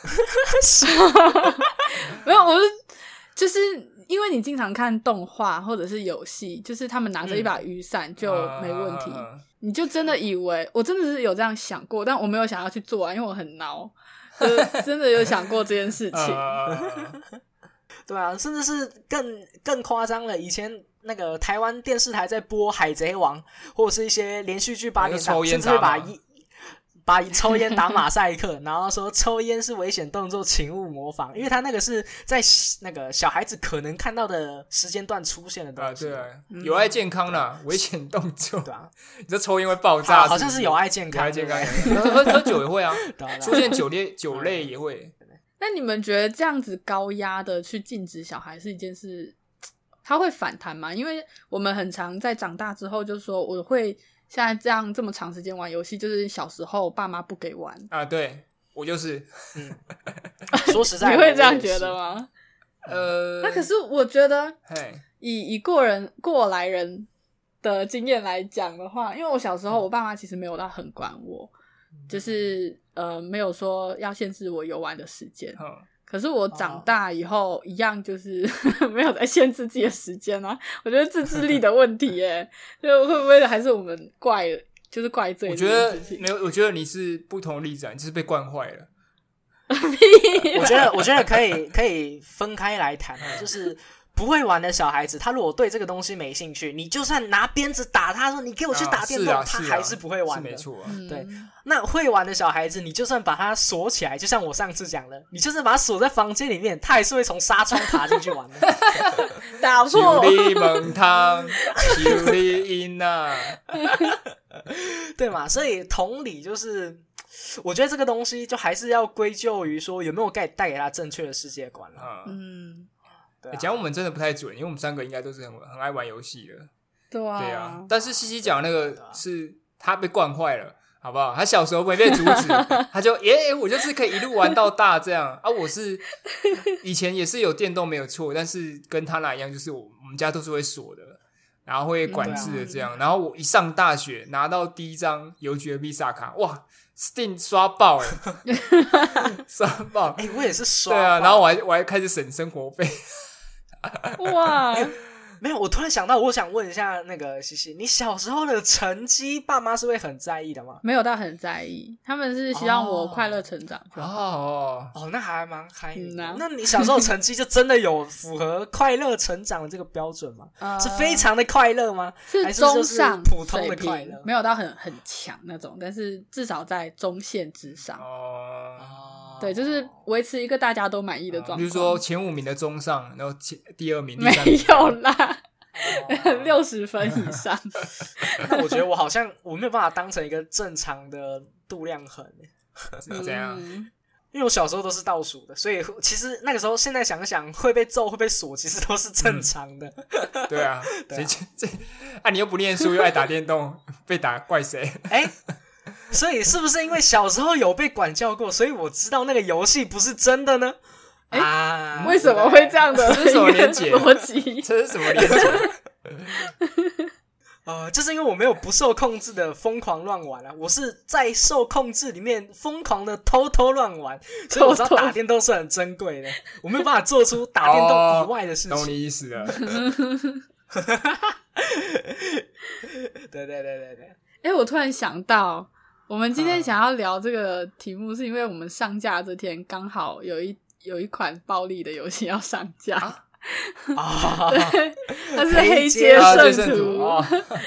没有，我是就是因为你经常看动画或者是游戏，就是他们拿着一把雨伞就没问题、嗯，你就真的以为我真的是有这样想过，但我没有想要去做啊，因为我很孬，就真的有想过这件事情。 对啊，甚至是更更夸张了，以前。那个台湾电视台在播《海贼王》或者是一些连续剧八点档，甚至会把一把抽烟打马赛克，然后说抽烟是危险动作，请勿模仿，因为他那个是在那个小孩子可能看到的时间段出现的东西。 啊，对啊，嗯、有碍健康啦，危险动作。 对啊， 你这抽烟会爆炸是不是？ 好像是有碍健康， 有碍健康。喝喝酒也会啊，出现酒类酒类也会。 那你们觉得这样子高压的去禁止小孩是一件事？他会反弹吗？因为我们很常在长大之后就说我会现在这样这么长时间玩游戏，就是小时候爸妈不给玩啊。对，我就是嗯，说实在你会这样觉得吗？ 呃， 那可是我觉得以以过人过来人的经验来讲的话，因为我小时候我爸妈其实没有到很管我，嗯、就是呃没有说要限制我游玩的时间。嗯，可是我长大以后、哦、一样就是没有在限制自己的时间啊，我觉得自制力的问题耶，就会不会还是我们怪，就是怪罪？ 我觉得没有，我觉得你是不同的例子啊，你就是被惯坏了。 我觉得，我觉得可以可以分开来谈，就是不会玩的小孩子，他如果对这个东西没兴趣，你就算拿鞭子打他，说你给我去打电动， 啊啊、 他还是不会玩的， 是没错啊。 对，那会玩的小孩子，你就算把他锁起来，就像我上次讲的，你就是把他锁在房间里面，他还是会从纱窗爬进去玩的。 打破。 修理门汤，修理因啊， 对嘛？所以同理就是。我觉得这个东西就还是要归咎于说有没有带带给他正确的世界观了。 嗯， 对、啊。 讲我们真的不太准，因为我们三个应该都是很很爱玩游戏的。 对啊， 对啊。但是西西讲那个是他被惯坏了，好不好？他小时候没被阻止，他就耶、欸，我就是可以一路玩到大这样啊。我是以前也是有电动没有错，但是跟他那一样，就是我我们家都是会锁的。然后会管制的这样、嗯啊，然后我一上大学拿到第一张邮局的 Visa 卡，哇 ，Steam 刷爆哎，刷爆！ 哎、欸，我也是刷。 对啊，然后我还我还开始省生活费。 哇、 欸，没有，我突然想到，我想问一下那个西西，你小时候的成绩，爸妈是会很在意的吗？ 没有到很在意，他们是希望我快乐成长。 哦哦哦，那还蛮开心的、 嗯啊。 那你小时候成绩就真的有符合快乐成长的这个标准吗？呃、是非常的快乐吗？ 是中上普通的快乐， 没有到很很强那种，但是至少在中线之上。 哦。 对，就是维持一个大家都满意的状况、哦。 比如说前五名的中上，然后前第二名、第三名没有啦，六十、哦、分以上。 那我觉得我好像我没有办法当成一个正常的度量衡， 是这样。 嗯，因为我小时候都是倒数的，所以其实那个时候现在想想会被揍会被锁，其实都是正常的。 嗯、对啊，对啊，这啊你又不念书又爱打电动，被打怪谁？ 哎。所以是不是因为小时候有被管教过，所以我知道那个游戏不是真的呢？ 啊，为什么会这样的？ 这是什么连结逻辑？ 这是什么连结？ 呃，就是因为我没有不受控制的疯狂乱玩啊，我是在受控制里面疯狂的偷偷乱玩，所以我知道打电动是很珍贵的，我没有办法做出打电动以外的事情。 哦、懂你意思了。 对对对对对。 哎、欸，我突然想到，我们今天想要聊这个题目，是因为我们上架这天刚好有一有一款暴力的游戏要上架。啊啊， 对，它是黑街圣徒。 啊、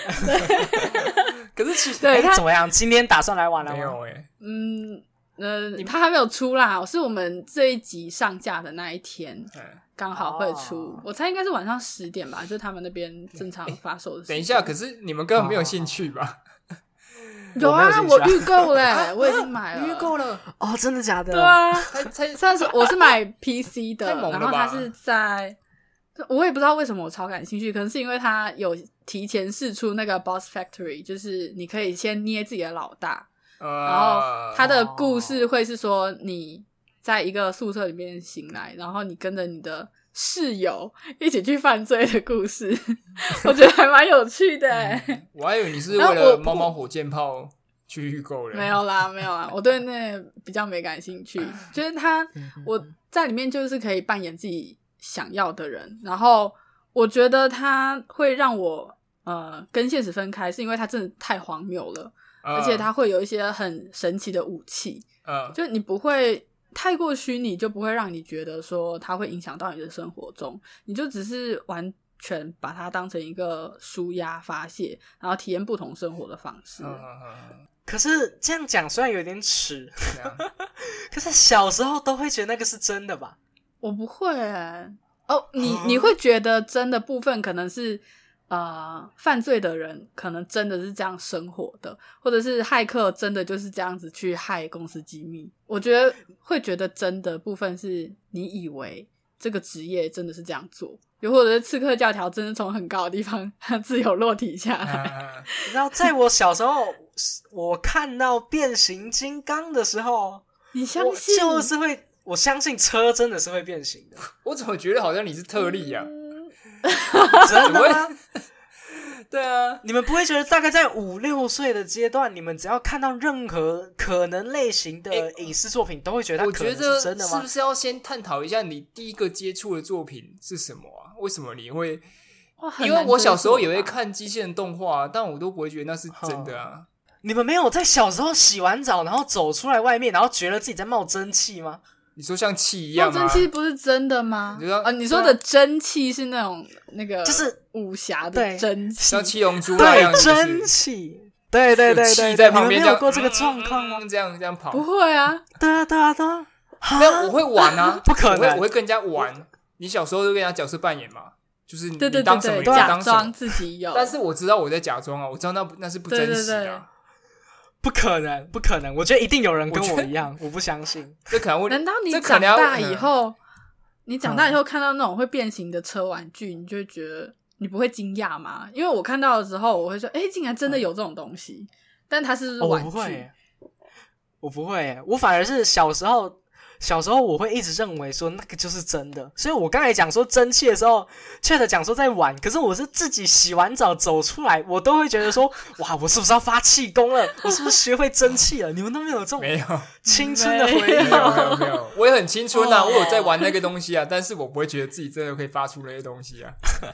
可是其实对、欸、 怎么样？今天打算来玩了吗？ 没有哎、欸。 嗯呃，它还没有出啦，是我们这一集上架的那一天刚好会出。哦、我猜应该是晚上十点吧，就是他们那边正常发售的时间、欸。 等一下，可是你们根本没有兴趣吧？ 有啊，我预购嘞，我已经买了， 预购了哦，真的假的？ 对啊， 上次我是买 P C 的， 然后它是在。我也不知道为什么我超感兴趣，可能是因为它有提前释出那个 Boss Factory， 就是你可以先捏自己的老大，呃、然后它的故事会是说你在一个宿舍里面醒来，然后你跟着你的室友一起去犯罪的故事，我觉得还蛮有趣的、欸嗯。我还以为你是为了猫猫火箭炮去预购的。 没有啦，没有啦，我对那比较没感兴趣。就是它，我在里面就是可以扮演自己想要的人，然后我觉得它会让我呃跟现实分开，是因为它真的太荒谬了，呃、而且它会有一些很神奇的武器，呃、就你不会太过虚拟，就不会让你觉得说它会影响到你的生活中，你就只是完全把它当成一个抒压发泄，然后体验不同生活的方式。呃、 可是这样讲虽然有点耻，可是小时候都会觉得那个是真的吧？ 我不会欸。哦，你你会觉得真的部分可能是呃犯罪的人可能真的是这样生活的，或者是骇客真的就是这样子去害公司机密。我觉得会觉得真的部分是你以为这个职业真的是这样做，又或者是刺客教条真的从很高的地方自由落体下来。 然后在我小时候我看到变形金刚的时候， 你相信我就是会我相信车真的是会变形的。 我怎么觉得好像你是特例啊？ 嗯、 真的吗？ 对啊， 你们不会觉得大概在五六岁的阶段，你们只要看到任何可能类型的影视作品，欸、都会觉得它可能是真的吗？ 是不是要先探讨一下你第一个接触的作品是什么啊？为什么你会？因为我小时候也会看机器人动画，但我都不会觉得那是真的啊。 你们没有在小时候洗完澡，然后走出来外面，然后觉得自己在冒蒸汽吗？ 你说像气一样吗？ 冒蒸汽不是真的吗？ 你说啊，你说的蒸汽是那种那个就是武侠的蒸汽， 像七龙珠那样对蒸汽，对对对对， 气在旁边， 你们没有过这个状况吗？ 这样这样跑？ 不会啊， 对啊对啊对啊， 没有，我会玩啊， 不可能， 我会我会跟人家玩。你小时候就跟人家角色扮演嘛，就是你对对对当什么， 对对，假装自己有。 但是我知道我在假装啊，我知道那那是不真实的、啊。 对对对， 不可能，不可能！我觉得一定有人跟我一样，我, 我不相信。 这可能会， 难道你长大以后，嗯、你长大以后看到那种会变形的车玩具，你就会觉得你不会惊讶吗？因为我看到的时候，我会说：“哎、欸，竟然真的有这种东西！”嗯、但它是玩具，哦、我不会， 我不会，我反而是小时候。小时候我会一直认为说那个就是真的，所以我刚才讲说蒸汽的时候 Chat 讲说在玩，可是我是自己洗完澡走出来，我都会觉得说哇，我是不是要发气功了？我是不是学会蒸汽了？你们都没有这种没有青春的回忆？ 没有没有没有，我也很青春啊，哦、我有在玩那个东西啊，但是我不会觉得自己真的可以发出那些东西啊。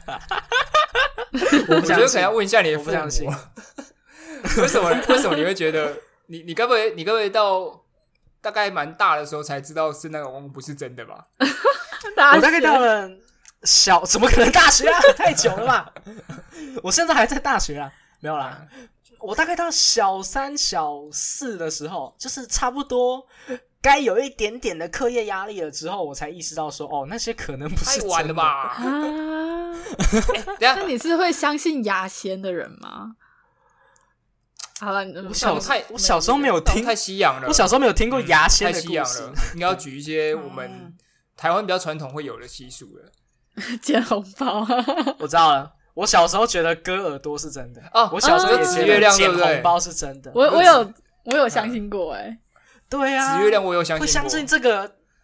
我, 我觉得可能要问一下你的父母，为什么为什么你会觉得你你该不会你该不会到大概蛮大的时候才知道是那个网不是真的吧？ 我大概到了小，怎么可能大学啊？太久了吧？我现在还在大学啊，没有啦。我大概到小三、小四的时候，就是差不多该有一点点的课业压力了之后，我才意识到说，哦，那些可能不是真的。 太晚了吧？ 啊！那你是会相信牙仙的人吗？好了， 我小太我小时候没有听太西洋了， 我小时候没有听过牙仙的故事， 太西洋了。应该要举一些我们台湾比较传统会有的习俗了。 捡红包， 我知道了。我小时候觉得割耳朵是真的哦， 我小时候也觉得捡红包是真的。 我我有我有相信过哎、欸， 对啊， 紫月亮我有相信过， 会相信这个。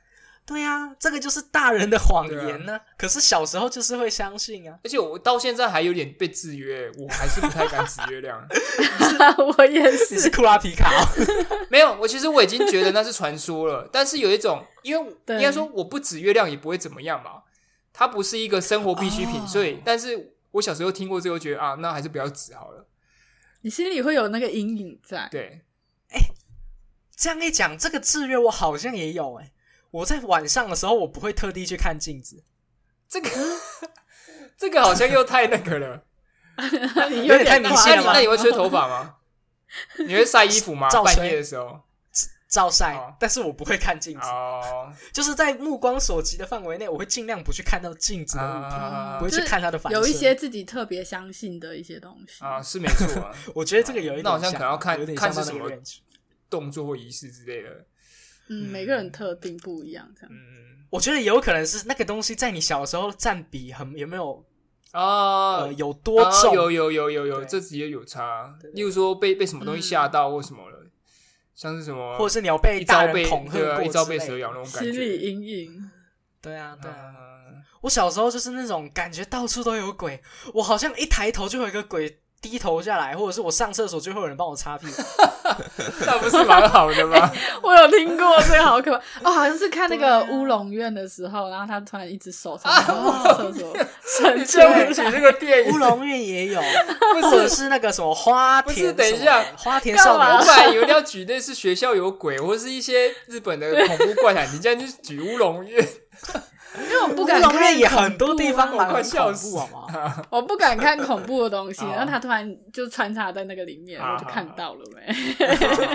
对啊，这个就是大人的谎言呢、啊。可是小时候就是会相信啊。 而且我到现在还有点被制约，我还是不太敢指月亮。 我也是， 你是库拉皮卡、哦？ 没有，我其实我已经觉得那是传说了。但是有一种，因为应该说我不指月亮也不会怎么样嘛，它不是一个生活必需品，哦、所以，但是我小时候听过之后觉得啊，那还是不要指好了。 你心里会有那个阴影在。 对， 哎、欸，这样一讲，这个制约我好像也有哎、欸。我在晚上的时候，我不会特地去看镜子。 这个这个好像又太那个了， 你有点太迷信了吗？ 那你会吹头发吗？你会晒衣服吗？半夜的时候照晒、 哦， 但是我不会看镜子。哦，就是在目光所及的范围内，我会尽量不去看到镜子的物品，啊、不会去看它的反射。 有一些自己特别相信的一些东西啊，是没错、啊。 我觉得这个有一点像， 那好像可能要看有点看是什么动作或仪式之类的。 嗯，每个人特定不一样，这样。 嗯，我觉得有可能是那个东西在你小时候占比很有没有啊、 呃，有多重？ 啊、有有有有有，这直接有差。例如说被被什么东西吓到或什么了，嗯、像是什么， 或者是你有被大人恐吓过、 啊，一朝被蛇咬那种感觉， 心理阴影。 对啊，对啊。嗯、我小时候就是那种感觉到处都有鬼，我好像一抬头就有一个鬼低头下来，或者是我上厕所就会有人帮我擦屁股。 那不是蛮好的吗？ 我有听过这个，好可怕哦！好像是看那个乌龙院的时候，然后他突然一只手从厕所伸出来。 你起那个电影， 乌龙院也有，或者是那个什么花田。 不是，等一下， 花田少年。 我本来以为你要举类似学校有鬼，或是一些日本的恐怖怪谈，你竟然就举乌龙院。 因为我不敢看， 也很多地方蛮恐怖好吗？ 我不敢看恐怖的东西，然后他突然就穿插在那个里面，我就看到了没？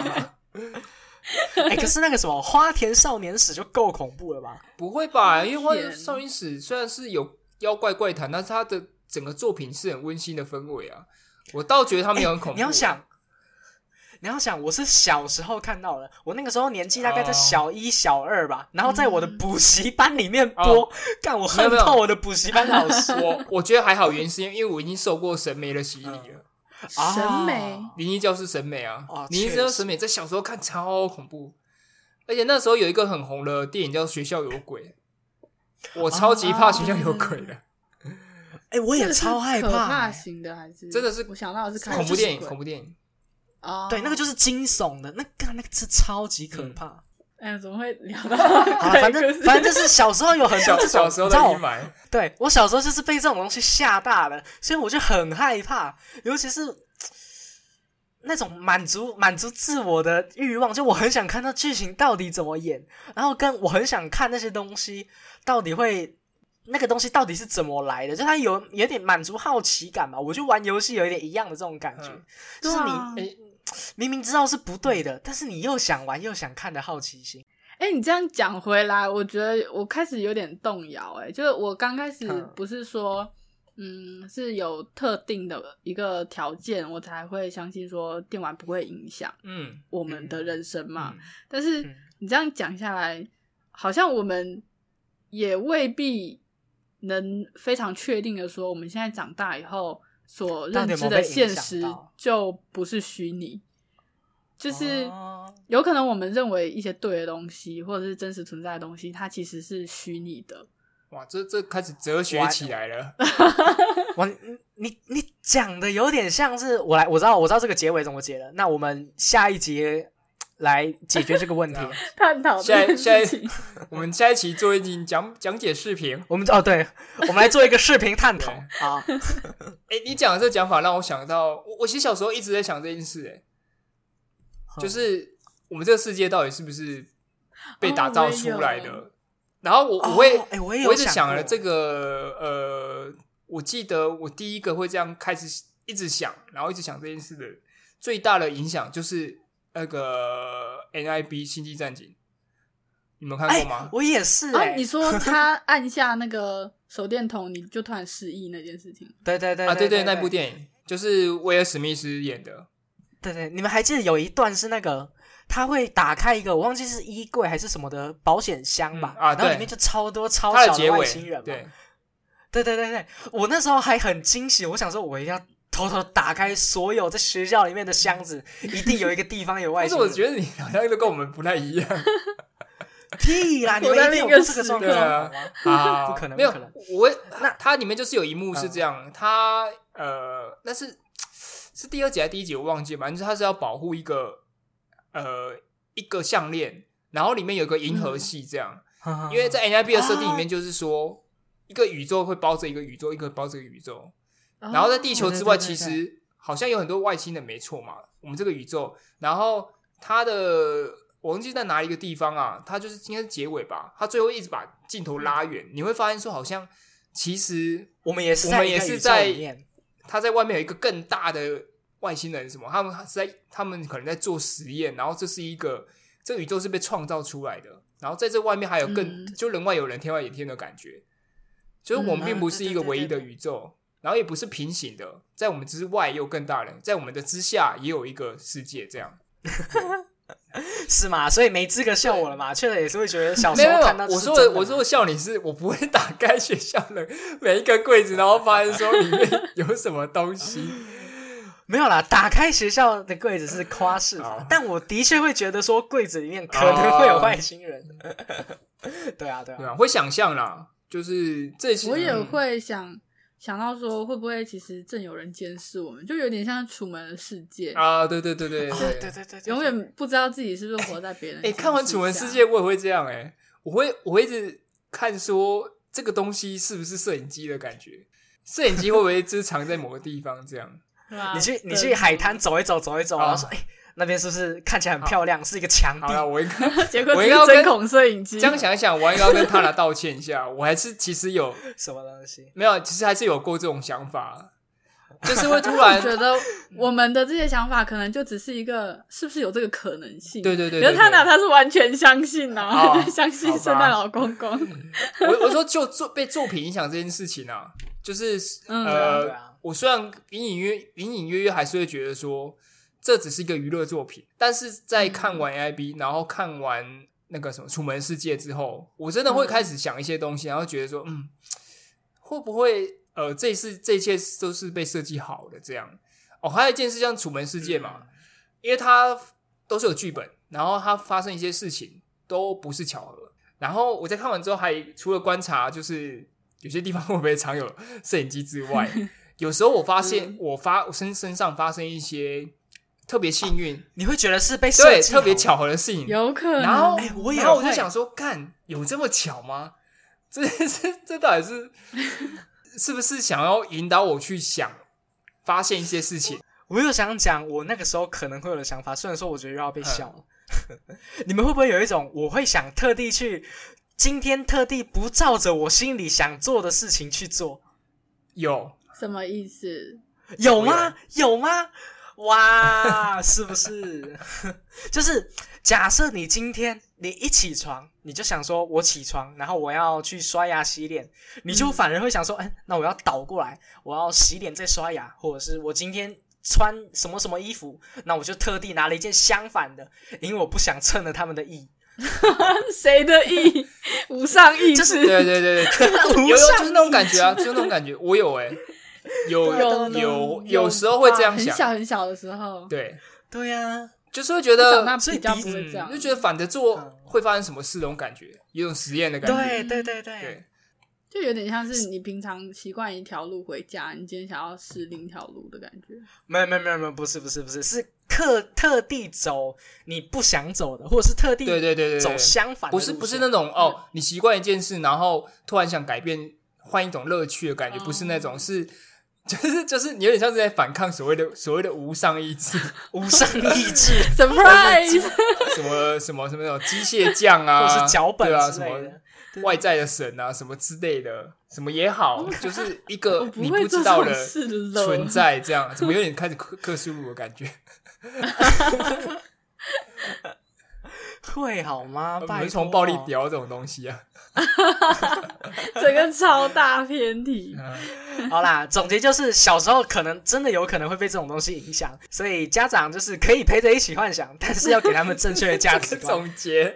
哎、欸，可是那个什么花田少年史就够恐怖了吧？ 不会吧？因为花田少年史虽然是有妖怪怪谈，但是它的整个作品是很温馨的氛围啊。我倒觉得它没有很恐怖、啊欸。你要想。你要想，我是小时候看到的，我那个时候年纪大概在小一、小二吧， oh. 然后在我的补习班里面播，干、oh. 我恨透我的补习班老师。 我我觉得还好，原因是因为我已经受过审美的洗礼了。 嗯、 审美， 灵异教室审美啊， 哦、 灵异教室审美在小时候看超恐怖，而且那时候有一个很红的电影叫《学校有鬼》，我超级怕学校有鬼的。 哎、欸，我也超害怕、欸， 可怕型的还是真的是我想到的是恐怖电影，恐怖电影。 哦， 对，那个就是惊悚的，那个那个是超级可怕。 哎、嗯，怎么会聊到？ 好了，反正反正就是小时候有很多这种， 小时候的阴霾。 对，我小时候就是被这种东西吓大的，所以我就很害怕，尤其是那种满足满足自我的欲望，就我很想看到剧情到底怎么演，然后跟我很想看那些东西到底会。那个东西到底是怎么来的？就它有有点满足好奇感嘛。我就玩游戏有一点一样的这种感觉，嗯、就是你、啊欸、明明知道是不对的，但是你又想玩又想看的好奇心。 哎、欸，你这样讲回来，我觉得我开始有点动摇。哎，就是我刚开始不是说，嗯，是有特定的一个条件，我才会相信说电玩不会影响嗯我们的人生嘛。嗯嗯、但是你这样讲下来，好像我们也未必。能非常确定的说，我们现在长大以后所认知的现实就不是虚拟，就是有可能我们认为一些对的东西或者是真实存在的东西，它其实是虚拟的。 哇，这这开始哲学起来了。 哇，你你讲的有点像是我来，我知道我知道这个结尾怎么结了。那我们下一节。来解决这个问题， 探讨下一下一我们下一期做一集讲讲解视频。 我们哦，对，我们来做一个视频探讨啊。 哎、欸，你讲的这个讲法让我想到，我我其实小时候一直在想这件事、欸，哎、嗯，就是我们这个世界到底是不是被打造出来的？哦、然后我我会，哎、 哦欸，我也有我一直想了这个，呃，我记得我第一个会这样开始一直想，然后一直想这件事的最大的影响就是。那个 N I B 星际战警，你们看过吗？ 欸、我也是、欸。 啊，你说他按下那个手电筒，你就突然失忆那件事情？ 对对对啊，对对，那部电影就是威尔史密斯演的。 对对，你们还记得有一段是那个他会打开一个我忘记是衣柜还是什么的保险箱吧、 嗯？啊， 然后里面就超多超小的外星人嘛。 对对对对对，我那时候还很惊喜，我想说我一定要。偷偷打开所有在学校里面的箱子，一定有一个地方有外星人。 但是我觉得你好像都跟我们不太一样。 屁啦！你们一定有过这个状况好吗？啊，不可能， 没有不可能。 我那它里面就是有一幕是这样，它呃，那是是第二集还是第一集我忘记了，反正它是要保护一个呃一个项链，然后里面有个银河系这样，嗯、因为在 N I B 的设定里面就是说。一个宇宙会包着一个宇宙，一个包着一个宇宙，然后在地球之外，其实好像有很多外星人，没错嘛。我们这个宇宙，然后它的我忘记在哪一个地方啊，它就是应该是结尾吧，它最后一直把镜头拉远，你会发现说，好像其实我们也是在我们也是在他在外面有一个更大的外星人，什么他们是在他们可能在做实验，然后这是一个这个宇宙是被创造出来的，然后在这外面还有更、嗯、就人外有人，天外有天的感觉。就是我们并不是一个唯一的宇宙、嗯啊、对对对对，然后也不是平行的，在我们之外也有更大人，在我们的之下也有一个世界，这样是吗？所以没资格笑我了嘛？确实也是会觉得小时候看到我说的我说的笑你是我不会打开学校的每一个柜子，然后发现说里面有什么东西。 没有啦，打开学校的柜子是夸饰法、哦，但我的确会觉得说柜子里面可能会有外星人。哦、对啊，对啊， 对啊，会想象啦。就是这些， 我也会想、嗯、想到说，会不会其实正有人监视我们，就有点像楚门的世界啊！对对对对对、 哦、对对对对， 永远不知道自己是不是活在别人。 哎、欸，看完楚门世界，我也会这样哎、欸，我会我会一直看说这个东西是不是摄影机的感觉，摄影机会不会就是藏在某个地方这样？ 你去你去海滩走一走走一走，然后说哎。欸那边是不是看起来很漂亮？是一个墙壁。 好了，我应该结果是针孔摄影机。 这样想一想，我应该要跟他来道歉一下。我还是其实有什么东西没有，其实还是有过这种想法，就是会突然觉得我们的这些想法可能就只是一个，是不是有这个可能性？ 对对 对, 对, 对, 对。 可是他呢，他是完全相信啊，哦、相信圣诞老公公。 我我说就做被作品影响这件事情啊，就是、嗯、呃、啊，我虽然隐隐约隐隐约约还是会觉得说。这只是一个娱乐作品，但是在看完 A I B、嗯、然后看完那个什么楚门世界之后，我真的会开始想一些东西、嗯、然后觉得说嗯，会不会呃这一次这一切都是被设计好的这样。哦，还有一件事像楚门世界嘛、嗯、因为它都是有剧本，然后它发生一些事情都不是巧合，然后我在看完之后还除了观察就是有些地方会不会藏有摄影机之外有时候我发现我发我身身上发生一些特别幸运、啊， 你会觉得是被设计对特别巧合的事情， 有可能。 然后， 欸、我也然后我就想说，干有这么巧吗？这这这到底是是不是想要引导我去想发现一些事情？ 我有想讲，我那个时候可能会有的想法，虽然说我觉得又要被笑了。嗯、你们会不会有一种，我会想特地去，今天特地不照着我心里想做的事情去做？ 有什么意思？ 有吗？有吗？哇，是不是？就是假设你今天你一起床，你就想说我起床，然后我要去刷牙洗脸，你就反而会想说，哎、嗯，那我要倒过来，我要洗脸再刷牙，或者是我今天穿什么什么衣服，那我就特地拿了一件相反的，因为我不想蹭了他们的意。 谁的意？无上意志， 就是对对对对，有有就是那种感觉啊，就是那种感觉，我有哎、欸。有有有有时候会这样想， 很小很小的时候， 对对呀、啊， 就是会觉得， 所以比较不会这样、 嗯，就觉得反着做会发生什么事那种感觉，有种实验的感觉， 对对对对， 对就有点像是你平常习惯一条路回家，你今天想要试另一条路的感觉。 没有没有没有没有，不是不是不是，是特特地走你不想走的，或者是特地对对对对走相反的路线， 不是不是那种哦，你习惯一件事，然后突然想改变，换一种乐趣的感觉，哦、不是那种是。就是就是你有点像是在反抗所谓的所谓的无上意志， 无上意志 ，surprise， 什么什么什么那种机械匠啊， 或是脚本对啊，什么外在的神啊，什么之类的，什么也好，就是一个你不知道的存在，这样怎么有点开始克苏鲁的感觉？ 会好吗？ 我们从暴力聊这种东西啊。 整个超大偏题。 好啦，总结就是小时候可能真的有可能会被这种东西影响，所以家长就是可以陪着一起幻想，但是要给他们正确的价值观。 这个总结，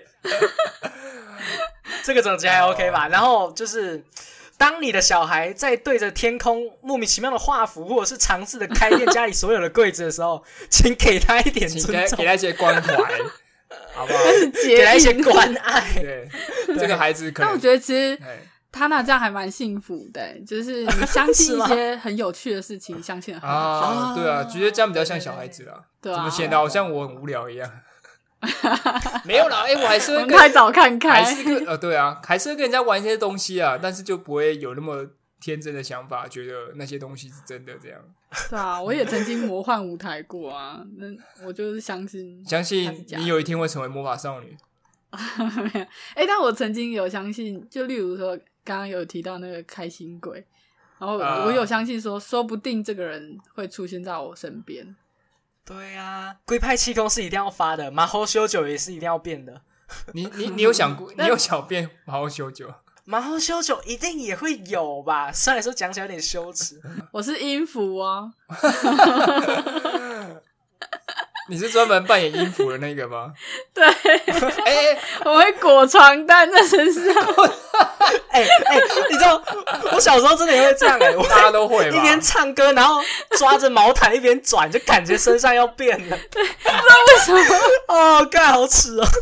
这个总结还 OK 吧？然后就是当你的小孩在对着天空莫名其妙的画符，或者是尝试的开遍家里所有的柜子的时候，请给他一点尊重， 请给他一些关怀。 好不好？ 给他一些关爱。 对，这个孩子可能。 但我觉得其实他那这样还蛮幸福的、欸，就是你相信一些很有趣的事情，相信很好啊，对啊，觉得这样比较像小孩子啦。 对啊， 怎么显得好像我很无聊一样？没有啦，哎、欸，我还是会跟太早看开， 还是跟呃，对啊，还是会跟人家玩一些东西啊，但是就不会有那么天真的想法，觉得那些东西是真的这样。 对啊，我也曾经魔幻舞台过啊，那我就是相信， 相信你有一天会成为魔法少女。 哎、欸，但我曾经有相信，就例如说刚刚有提到那个开心鬼，然后我有相信说，说不定这个人会出现在我身边。 对啊，龟派气功是一定要发的，马后修酒也是一定要变的。 你你你有想过，你有想变马后修酒？ 马后修酒一定也会有吧？虽然说讲起来有点羞耻。 我是音符哦。 你是专门扮演音符的那个吗？ 对， 哎、欸， 我会裹床单在身上。 哎哎、欸欸，你知道我小时候真的也会这样哎、欸， 大家都会吧？ 一边唱歌，然后抓着毛毯一边转，就感觉身上要变了。 对，不知道为什么。 哦，干好耻哦。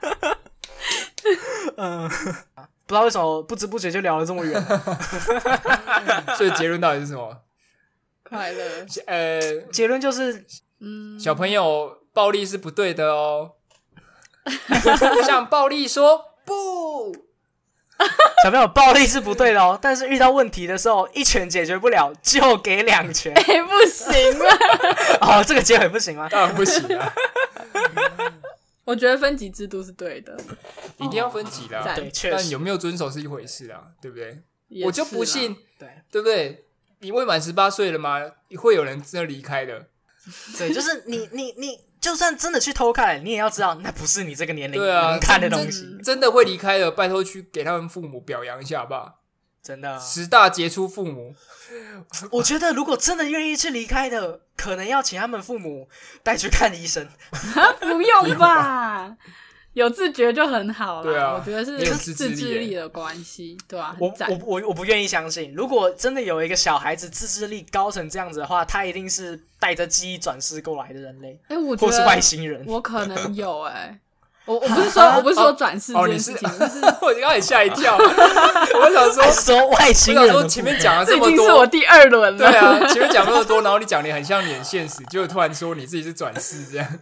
嗯，不知道为什么不知不觉就聊了这么远。 所以结论到底是什么？ 快乐。 呃， 结论就是。 嗯， 小朋友，暴力是不对的哦。向暴力说不。 小朋友，暴力是不对的哦，但是遇到问题的时候，一拳解决不了，就给两拳。 哎、欸，不行啊！ 哦，这个结尾不行吗？ 当然不行啊。 我觉得分级制度是对的， 一定要分级的、啊。 对，确实。 但有没有遵守是一回事啊，对不对？我就不信， 对对不对？你未满十八岁了吗？会有人真的离开的？ 对，就是你你你，就算真的去偷看，你也要知道那不是你这个年龄能看的东西。 真, 真的会离开的，拜托去给他们父母表扬一下吧。 真的， 十大杰出父母。 我觉得如果真的愿意去离开的，可能要请他们父母带去看医生。 不用吧？有自觉就很好了。 对啊， 我觉得是自制力的关系，对吧、啊？ 我我我我不愿意相信，如果真的有一个小孩子自制力高成这样子的话，他一定是带着记忆转世过来的人类， 哎、欸，我觉得或是外星人。 我可能有哎、欸，我我不是说我不是说转世这件事情， 哦哦、是我刚才吓一跳，我想说说外星人， 我想说前面讲了这么多， 这已经是我第二轮了。 对啊，前面讲那么多，然后你讲的很像演现实，结果突然说你自己是转世这样。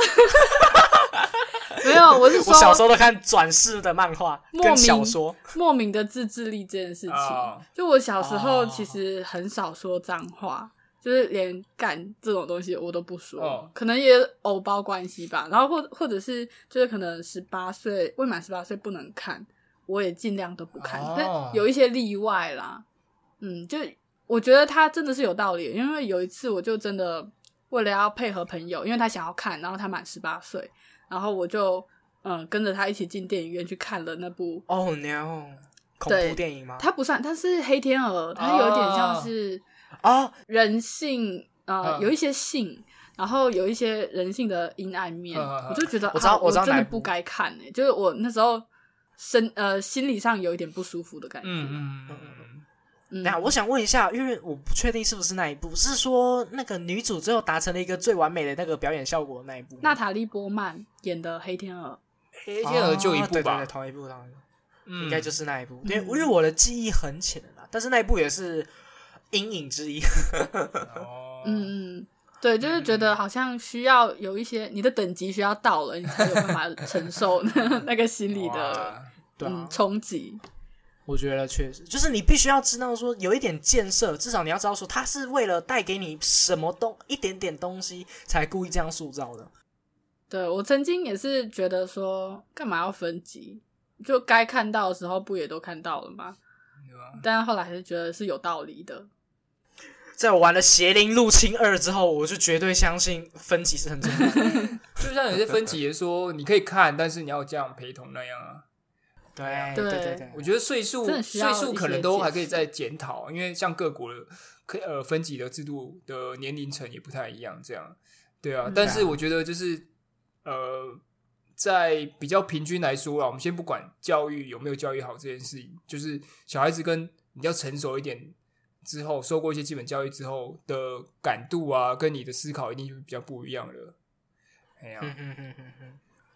没有，我是说， 我小时候都看转世的漫画跟小说， 莫名的自制力这件事情。Oh. 就我小时候其实很少说脏话， oh. 就是连干这种东西我都不说， oh. 可能也偶包关系吧。然后或或者是就是可能十八岁未满十八岁不能看，我也尽量都不看， oh. 但有一些例外啦。嗯，就我觉得他真的是有道理的，因为有一次我就真的为了要配合朋友，因为他想要看，然后他满十八岁。然后我就嗯跟着他一起进电影院去看了那部哦、oh, no 恐怖电影吗？ 它不算，它是黑天鹅，它有点像是哦人性、oh. 呃、uh. 有一些性，然后有一些人性的阴暗面， uh. 我就觉得我知道、啊、我知道真的不该看诶、欸，就是我那时候身呃心理上有一点不舒服的感觉。 嗯嗯嗯嗯。那我想问一下，因为我不确定是不是那一部，是说那个女主最后达成了一个最完美的那个表演效果的那一部？ 娜塔莉波曼演的黑天鹅， 黑天鹅就一部吧， 哦、对对对，同一部，同一部，嗯、应该就是那一部。因为因为我的记忆很浅的啦，但是那一部也是阴影之一。 哦， 嗯嗯，对，就是觉得好像需要有一些你的等级需要到了，你才有办法承受那个心理的嗯冲击。 我觉得确实，就是你必须要知道说有一点建设，至少你要知道说他是为了带给你什么东一点点东西才故意这样塑造的。 对，我曾经也是觉得说干嘛要分级，就该看到的时候不也都看到了吗？但后来还是觉得是有道理的。 在我玩了《邪灵入侵二》之后，我就绝对相信分级是很重要的。 就像有些分级也说你可以看，但是你要这样陪同那样啊。 对对对对， 我觉得岁数岁数可能都还可以再检讨，因为像各国的呃分级的制度的年龄层也不太一样，这样对啊。嗯、但是我觉得就是呃，在比较平均来说啊，我们先不管教育有没有教育好这件事情，就是小孩子跟比较成熟一点之后，受过一些基本教育之后的感度啊，跟你的思考一定是比较不一样的。哎呀、啊。 嗯嗯嗯嗯嗯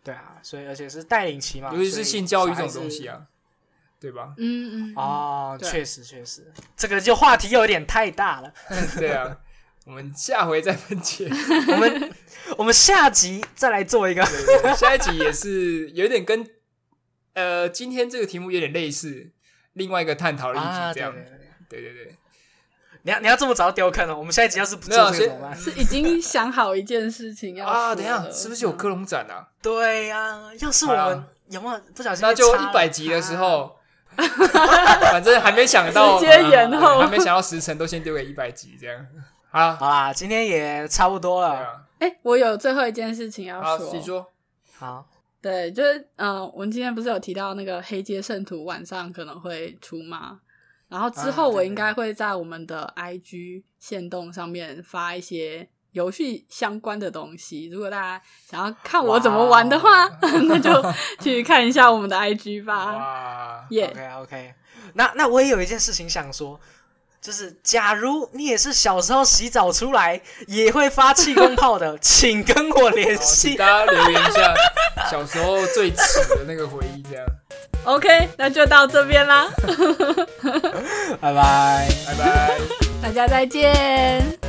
对啊，所以而且是带领期嘛， 尤其是性教育这种东西啊，对吧？ 嗯嗯， 哦，确实确实，这个就话题有点太大了。 对啊，我们下回再分解。 我们我们下集再来做一个， 对对对，下一集也是有点跟呃今天这个题目有点类似，另外一个探讨的议啊， 题，这样。 对对对， 对对对， 你要你要这么早丢坑了？我们下一集要是不做这个怎么办？ 是已经想好一件事情要啊， 说等一下， 了是不是有科隆展啊？ 对呀、啊，要是我们有没有不小心那就被插了一百集的时候，反正还没想到， 直接延后还没想到时辰，都先丢给一百集这样。好， 好啦，今天也差不多了。 对啊， 哎、我有最后一件事情要好， 说。 请说。 好， 对，就是嗯、呃我们今天不是有提到那个黑街圣徒晚上可能会出吗？然后之后啊对我应该会在我们的 I G 限动上面发一些游戏相关的东西。如果大家想要看我怎么玩的话，那就去看一下我们的 I G 吧。 哇， 耶、 OK OK，那那我也有一件事情想说，就是假如你也是小时候洗澡出来也会发气功炮的，请跟我联好请系。 大家留言一下小时候最耻的那个回忆，这样。 OK， 那就到这边啦， 拜拜。 拜拜。 大家再见。